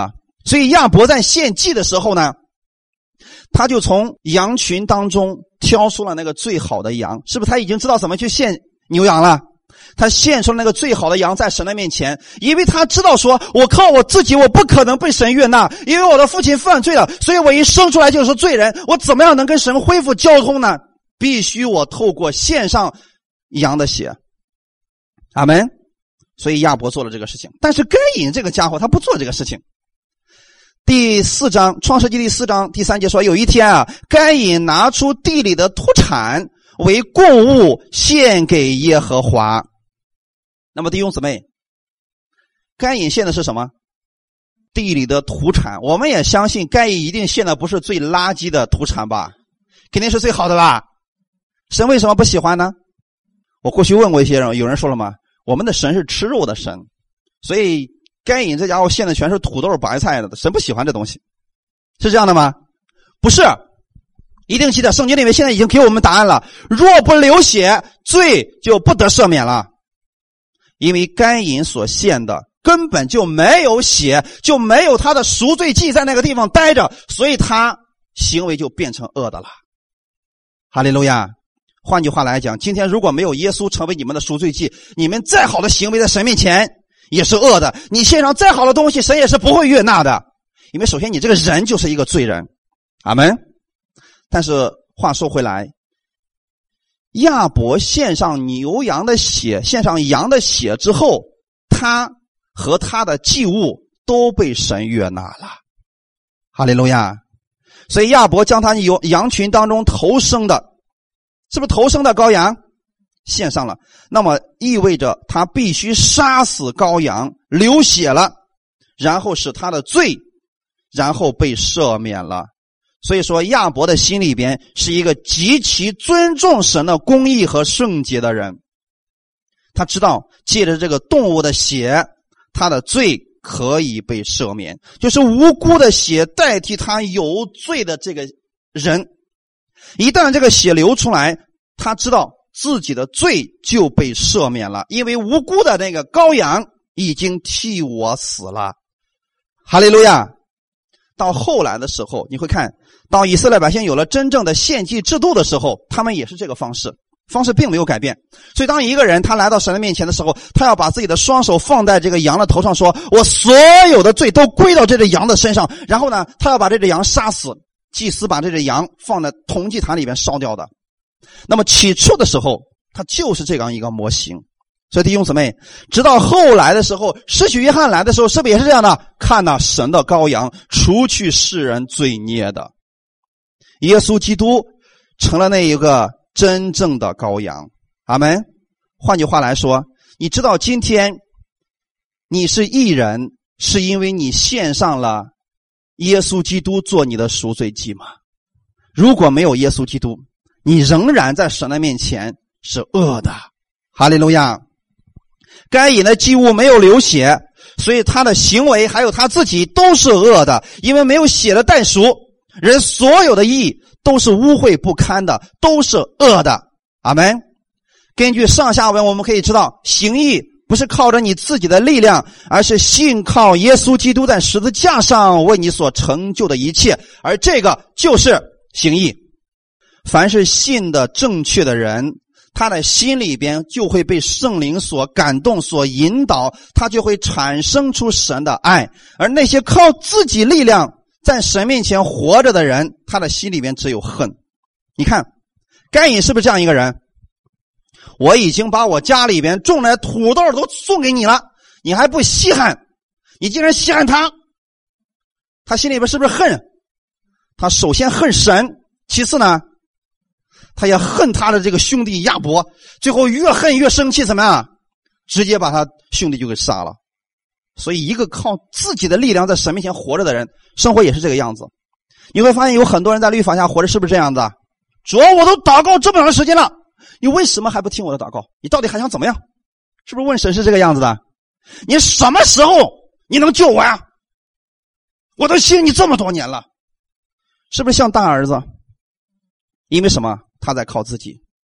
所以亚伯在献祭的时候呢，他就从羊群当中挑出了那个最好的羊，是不是他已经知道怎么去献牛羊了？他献出了那个最好的羊在神的面前，因为他知道说，我靠我自己我不可能被神悦纳，因为我的父亲犯罪了，所以我一生出来就是罪人，我怎么样能跟神恢复交通呢？必须我透过献上羊的血。阿们。所以亚伯做了这个事情，但是该隐这个家伙他不做这个事情。第四章创世纪第四章第三节说，有一天啊，该隐拿出地里的土产为供物献给耶和华。那么弟兄姊妹，该隐献的是什么？地里的土产。我们也相信该隐一定献的不是最垃圾的土产吧，肯定是最好的吧。神为什么不喜欢呢？我过去问过一些人，有人说了吗？我们的神是吃肉的神，所以该隐这家伙献的全是土豆白菜的，神不喜欢这东西，是这样的吗？不是，一定记得圣经里面现在已经给我们答案了，若不流血，罪就不得赦免了。因为该隐所献的根本就没有血，就没有他的赎罪祭在那个地方待着，所以他行为就变成恶的了。哈利路亚。换句话来讲，今天如果没有耶稣成为你们的赎罪祭，你们再好的行为在神面前也是恶的，你献上再好的东西，神也是不会悦纳的。因为首先你这个人就是一个罪人。阿们。但是话说回来，亚伯献上牛羊的血，献上羊的血之后，他和他的祭物都被神悦纳了。哈利路亚。所以亚伯将他羊群当中头生的，是不是头生的羔羊献上了？那么意味着他必须杀死羔羊，流血了，然后使他的罪然后被赦免了。所以说亚伯的心里边是一个极其尊重神的公义和圣洁的人，他知道借着这个动物的血，他的罪可以被赦免，就是无辜的血代替他有罪的这个人，一旦这个血流出来，他知道自己的罪就被赦免了，因为无辜的那个羔羊已经替我死了。哈利路亚。到后来的时候，你会看到以色列百姓有了真正的献祭制度的时候，他们也是这个方式，方式并没有改变。所以当一个人他来到神的面前的时候，他要把自己的双手放在这个羊的头上，说我所有的罪都归到这只羊的身上，然后呢他要把这只羊杀死，祭司把这只羊放在铜祭坛里面烧掉的。那么起初的时候他就是这样一个模型。所以弟兄姊妹，直到后来的时候，施洗约翰来的时候，是不是也是这样的？看到神的羔羊除去世人罪孽的，耶稣基督成了那一个真正的羔羊。阿们。换句话来说，你知道今天你是义人，是因为你献上了耶稣基督做你的赎罪祭吗？如果没有耶稣基督，你仍然在神的面前是恶的。哈利路亚。该隐的祭物没有流血，所以他的行为还有他自己都是恶的，因为没有血的代赎，人所有的义都是污秽不堪的，都是恶的。阿们。根据上下文我们可以知道，行义不是靠着你自己的力量，而是信靠耶稣基督在十字架上为你所成就的一切，而这个就是行义。凡是信的正确的人，他的心里边就会被圣灵所感动所引导，他就会产生出神的爱。而那些靠自己力量在神面前活着的人，他的心里边只有恨。你看该隐是不是这样一个人？我已经把我家里边种的土豆都送给你了，你还不稀罕，你竟然稀罕他。他心里边是不是恨？他首先恨神，其次呢他也恨他的这个兄弟亚伯，最后越恨越生气，怎么样？直接把他兄弟就给杀了。所以一个靠自己的力量在神面前活着的人，生活也是这个样子。你会发现有很多人在律法下活着，是不是这样子？主啊，我都祷告这么长时间了，你为什么还不听我的祷告？你到底还想怎么样？是不是问神是这个样子的？你什么时候你能救我呀？我都信你这么多年了。是不是像大儿子？因为什么？他在靠自己，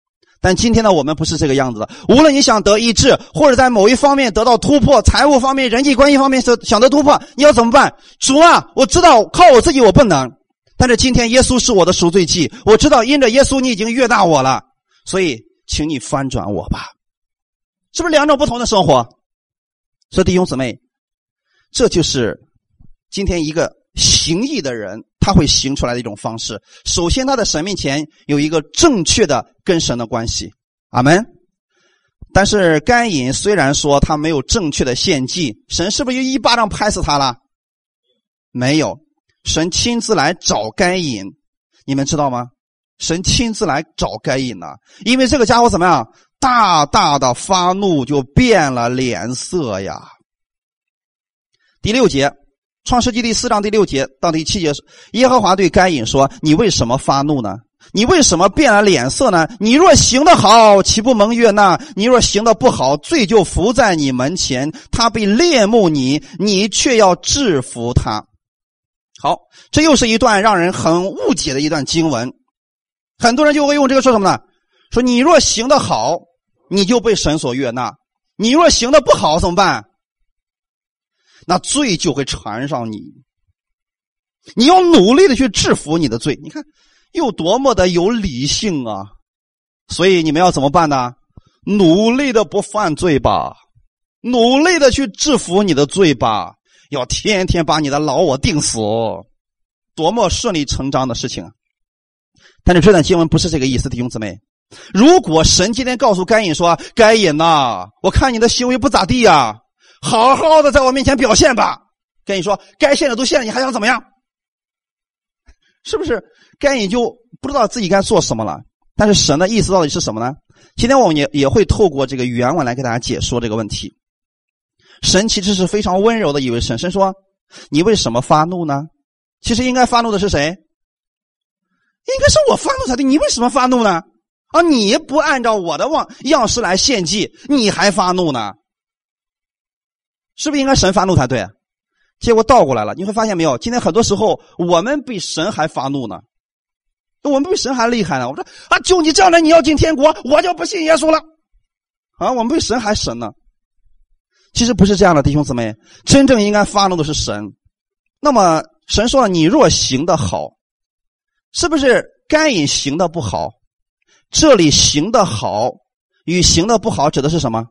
但今天的我们不是这个样子的。无论你想得医治，或者在某一方面得到突破，财务方面、人际关系方面想得突破，你要怎么办？主啊，我知道靠我自己我不能，但是今天耶稣是我的赎罪祭，我知道因着耶稣你已经悦纳我了，所以请你翻转我吧。是不是两种不同的生活？所以弟兄姊妹，这就是今天一个行义的人他会行出来的一种方式。首先他在神面前有一个正确的跟神的关系，阿们。但是该隐虽然说他没有正确的献祭，神是不是就一巴掌拍死他了？没有，神亲自来找该隐，你们知道吗？神亲自来找该隐了，因为这个家伙怎么样？大大的发怒，就变了脸色呀。第六节，创世纪第四章第六节到第七节，耶和华对该隐说：你为什么发怒呢？你为什么变了脸色呢？你若行得好，岂不蒙悦纳？你若行得不好，罪就伏在你门前，他必恋慕你，你却要制服他。好，这又是一段让人很误解的一段经文。很多人就会用这个说什么呢？说你若行得好，你就被神所悦纳，你若行得不好怎么办？那罪就会缠上你，你要努力的去制服你的罪。你看又多么的有理性啊！所以你们要怎么办呢？努力的不犯罪吧，努力的去制服你的罪吧，要天天把你的老我定死，多么顺理成章的事情啊！但是这段经文不是这个意思，弟兄姊妹。如果神今天告诉该隐说：该隐呐，我看你的行为不咋地呀，好好的在我面前表现吧。该隐说：该献的都献了，你还想怎么样？是不是该隐就不知道自己该做什么了？但是神的意思到底是什么呢？今天我们也也会透过这个原文来给大家解说这个问题。神其实是非常温柔的一位神。神说：你为什么发怒呢？其实应该发怒的是谁？应该是我发怒才对，你为什么发怒呢？啊，你不按照我的样式来献祭，你还发怒呢？是不是应该神发怒才对？结果倒过来了，你会发现没有？今天很多时候我们比神还发怒呢，我们比神还厉害呢。我说啊，就你这样的你要进天国，我就不信耶稣了。啊，我们比神还神呢。其实不是这样的，弟兄姊妹，真正应该发怒的是神。那么神说了，你若行得好，是不是该隐行得不好？这里行得好与行得不好指的是什么？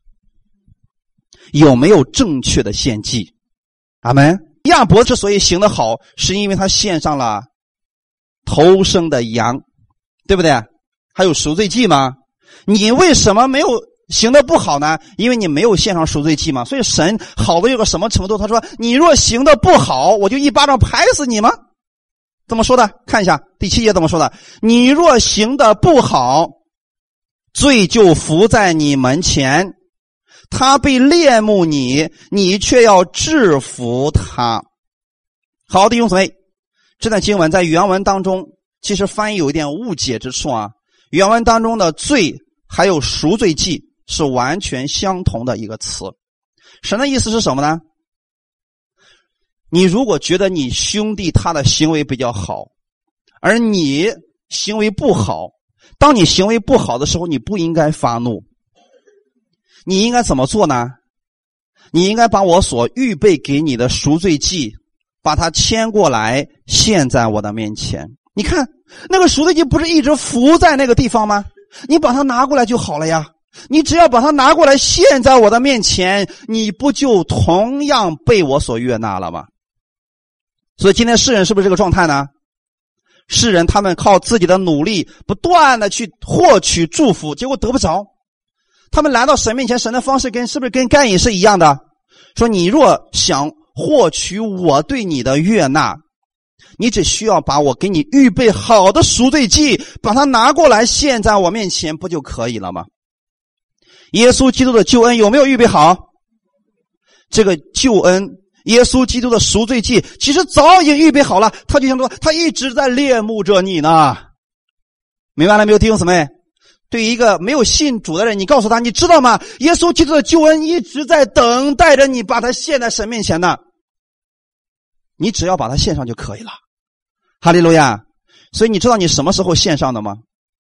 有没有正确的献祭？阿们。亚伯之所以行得好，是因为他献上了头生的羊，对不对？还有赎罪祭吗？你为什么没有行得不好呢？因为你没有献上赎罪祭嘛。所以神好的有个什么程度？他说：你若行得不好，我就一巴掌拍死你吗？怎么说的？看一下第七节怎么说的。你若行得不好，罪就伏在你门前，他必恋慕你，你却要制服他。好，弟兄姊妹，这段经文在原文当中其实翻译有一点误解之处啊。原文当中的罪还有赎罪祭是完全相同的一个词。神的意思是什么呢？你如果觉得你兄弟他的行为比较好，而你行为不好，当你行为不好的时候，你不应该发怒。你应该怎么做呢？你应该把我所预备给你的赎罪祭，把它牵过来献在我的面前。你看那个赎罪祭不是一直浮在那个地方吗？你把它拿过来就好了呀。你只要把它拿过来献在我的面前，你不就同样被我所悦纳了吗？所以今天世人是不是这个状态呢？世人他们靠自己的努力不断的去获取祝福，结果得不着。他们来到神面前，神的方式跟是不是跟该隐是一样的？说你若想获取我对你的悦纳，你只需要把我给你预备好的赎罪祭，把它拿过来献在我面前，不就可以了吗？耶稣基督的救恩有没有预备好？这个救恩，耶稣基督的赎罪祭其实早已经预备好了，他就像说他一直在恋慕着你呢。明白了没有，弟兄姊妹？对于一个没有信主的人，你告诉他，你知道吗？耶稣基督的救恩一直在等待着你把它献在神面前呢，你只要把它献上就可以了。哈利路亚。所以你知道你什么时候献上的吗？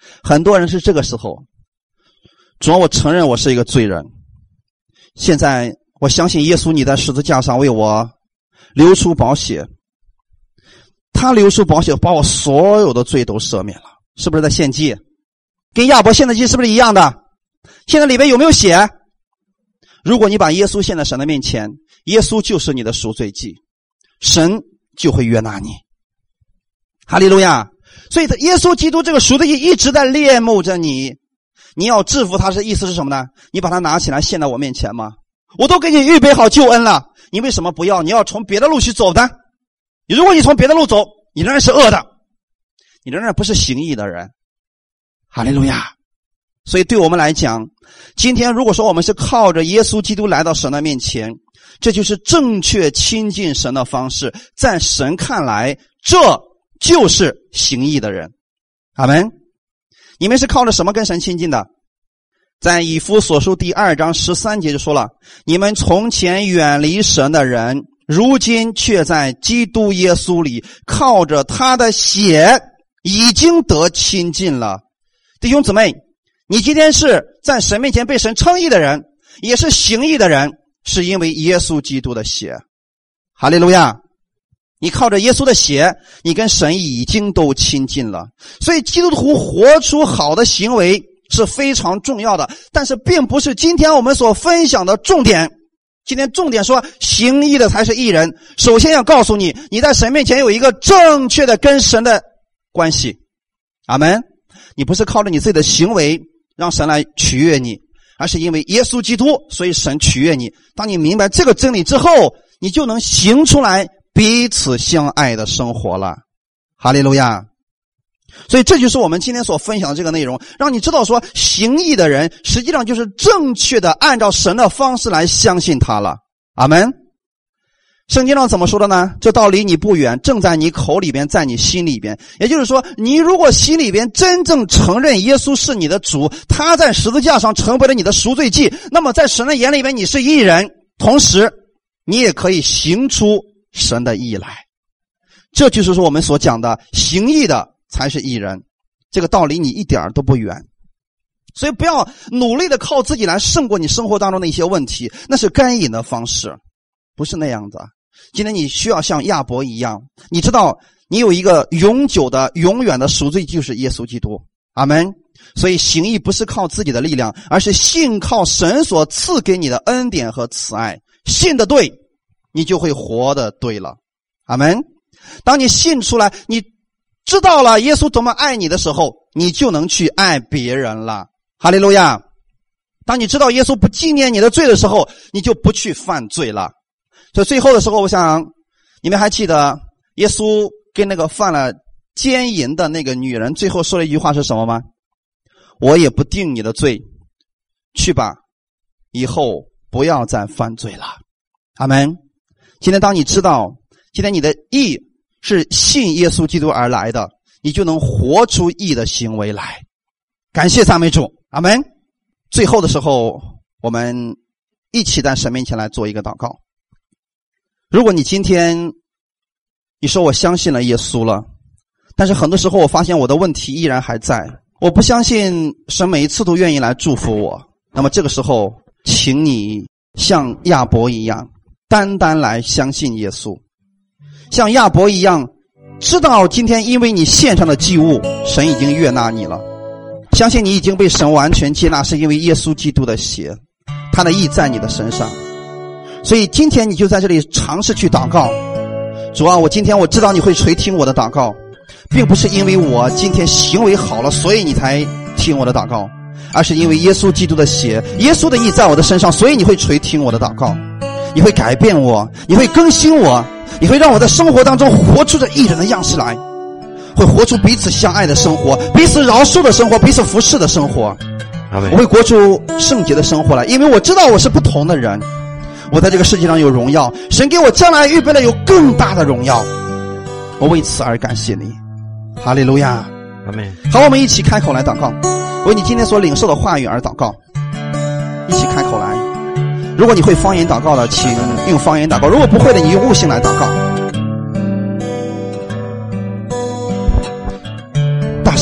很多人是这个时候，主要我承认我是一个罪人，现在我相信耶稣你在十字架上为我流出宝血，他流出宝血把我所有的罪都赦免了，是不是在献祭？跟亚伯献的祭是不是一样的？现在里面有没有血？如果你把耶稣献在神的面前，耶稣就是你的赎罪祭，神就会悦纳你。哈利路亚！所以耶稣基督这个赎罪祭一直在恋慕着你，你要制服他是意思是什么呢？你把它拿起来献在我面前吗？我都给你预备好救恩了，你为什么不要？你要从别的路去走的。如果你从别的路走，你仍然是恶的，你仍然不是行义的人。哈利路亚！所以对我们来讲，今天如果说我们是靠着耶稣基督来到神的面前，这就是正确亲近神的方式，在神看来这就是行义的人。阿们。你们是靠着什么跟神亲近的？在以弗所书第二章十三节就说了，你们从前远离神的人，如今却在基督耶稣里靠着他的血已经得亲近了。弟兄姊妹，你今天是在神面前被神称义的人，也是行义的人，是因为耶稣基督的血。哈利路亚！你靠着耶稣的血，你跟神已经都亲近了。所以基督徒活出好的行为是非常重要的，但是并不是今天我们所分享的重点。今天重点说行义的才是义人。首先要告诉你，你在神面前有一个正确的跟神的关系。阿们。你不是靠着你自己的行为让神来取悦你，而是因为耶稣基督，所以神取悦你。当你明白这个真理之后，你就能行出来彼此相爱的生活了。哈利路亚！所以这就是我们今天所分享的这个内容，让你知道说行义的人实际上就是正确的按照神的方式来相信他了。阿们。圣经上怎么说的呢？这道离你不远，正在你口里边，在你心里边。也就是说，你如果心里边真正承认耶稣是你的主，他在十字架上成为了你的赎罪祭，那么在神的眼里边你是义人，同时你也可以行出神的义来。这就是说我们所讲的行义的才是义人，这个道理你一点都不远。所以不要努力的靠自己来胜过你生活当中的一些问题，那是该隐的方式，不是那样的。今天你需要像亚伯一样，你知道你有一个永久的永远的赎罪，就是耶稣基督。阿们。所以行义不是靠自己的力量，而是信靠神所赐给你的恩典和慈爱。信的对，你就会活的对了。阿们。当你信出来，你知道了耶稣怎么爱你的时候，你就能去爱别人了。哈利路亚！当你知道耶稣不纪念你的罪的时候，你就不去犯罪了。所以最后的时候，我想你们还记得耶稣跟那个犯了奸淫的那个女人最后说了一句话是什么吗？我也不定你的罪，去吧，以后不要再犯罪了。阿们。今天当你知道今天你的义是信耶稣基督而来的，你就能活出义的行为来。感谢赞美主。阿们。最后的时候，我们一起在神面前来做一个祷告。如果你今天你说我相信了耶稣了，但是很多时候我发现我的问题依然还在，我不相信神每一次都愿意来祝福我，那么这个时候请你像亚伯一样单单来相信耶稣，像亚伯一样知道今天因为你献上的祭物，神已经悦纳你了，相信你已经被神完全接纳，是因为耶稣基督的血，他的义在你的身上。所以今天你就在这里尝试去祷告，主啊，我今天我知道你会垂听我的祷告，并不是因为我今天行为好了所以你才听我的祷告，而是因为耶稣基督的血，耶稣的义在我的身上，所以你会垂听我的祷告，你会改变我，你会更新我，你会让我在生活当中活出这义人的样式来，会活出彼此相爱的生活，彼此饶恕的生活，彼此服侍的生活。我会活出圣洁的生活来，因为我知道我是不同的人，我在这个世界上有荣耀，神给我将来预备了有更大的荣耀，我为此而感谢你。哈利路亚。 阿们。 好，我们一起开口来祷告，为你今天所领受的话语而祷告，一起开口来。如果你会方言祷告的，请用方言祷告，如果不会的，你用悟性来祷告。大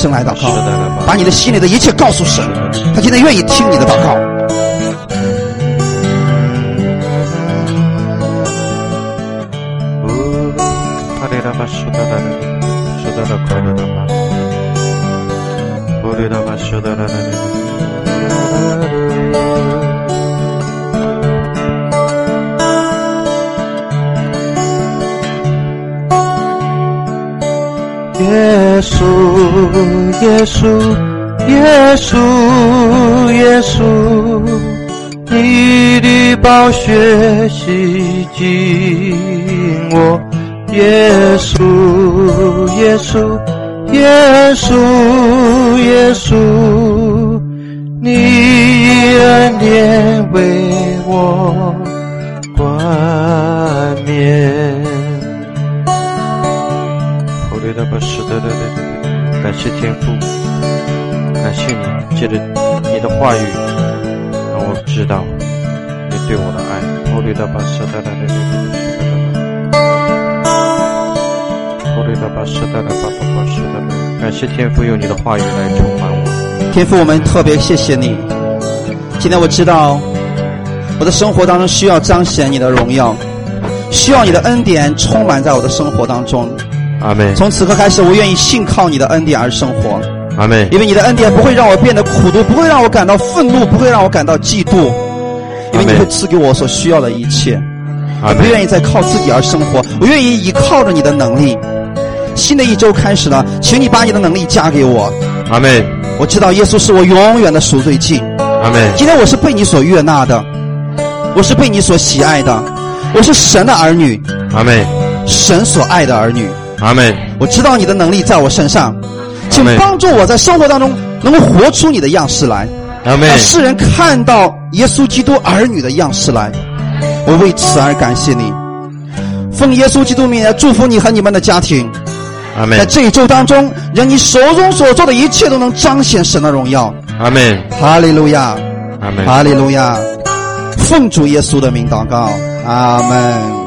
神来祷告，把你的心里的一切告诉神，他今天愿意听你的祷告。 耶稣，耶稣，耶稣，耶稣，你的宝血洗净我。耶稣，耶稣，耶稣，耶稣，你以恩典为我冠冕。感谢天父，感谢你借着你的话语让我知道你对我的爱。感谢天父用你的话语来充满我。 天父，我们特别谢谢你，今天我知道我的生活当中需要彰显你的荣耀，需要你的恩典充满在我的生活当中。 阿们。 从此刻开始，我愿意信靠你的恩典而生活。 阿们。 因为你的恩典不会让我变得苦毒，不会让我感到愤怒，不会让我感到嫉妒，因为你会赐给我所需要的一切。我不愿意再靠自己而生活，我愿意依靠着你的能力。新的一周开始了，请你把你的能力加给我。 阿们。 我知道耶稣是我永远的赎罪祭。 阿们。 今天我是被你所悦纳的，我是被你所喜爱的，我是神的儿女。 阿们。 神所爱的儿女。 阿们。 我知道你的能力在我身上，请帮助我在生活当中能够活出你的样式来， 阿们。 让世人看到耶稣基督儿女的样式来。我为此而感谢你，奉耶稣基督名来祝福你和你们的家庭。 阿们。 在这一周当中，让你手中所做的一切都能彰显神的荣耀。 阿们。 哈利路亚， 阿们。 哈利路亚。奉主耶稣的名祷告，阿们。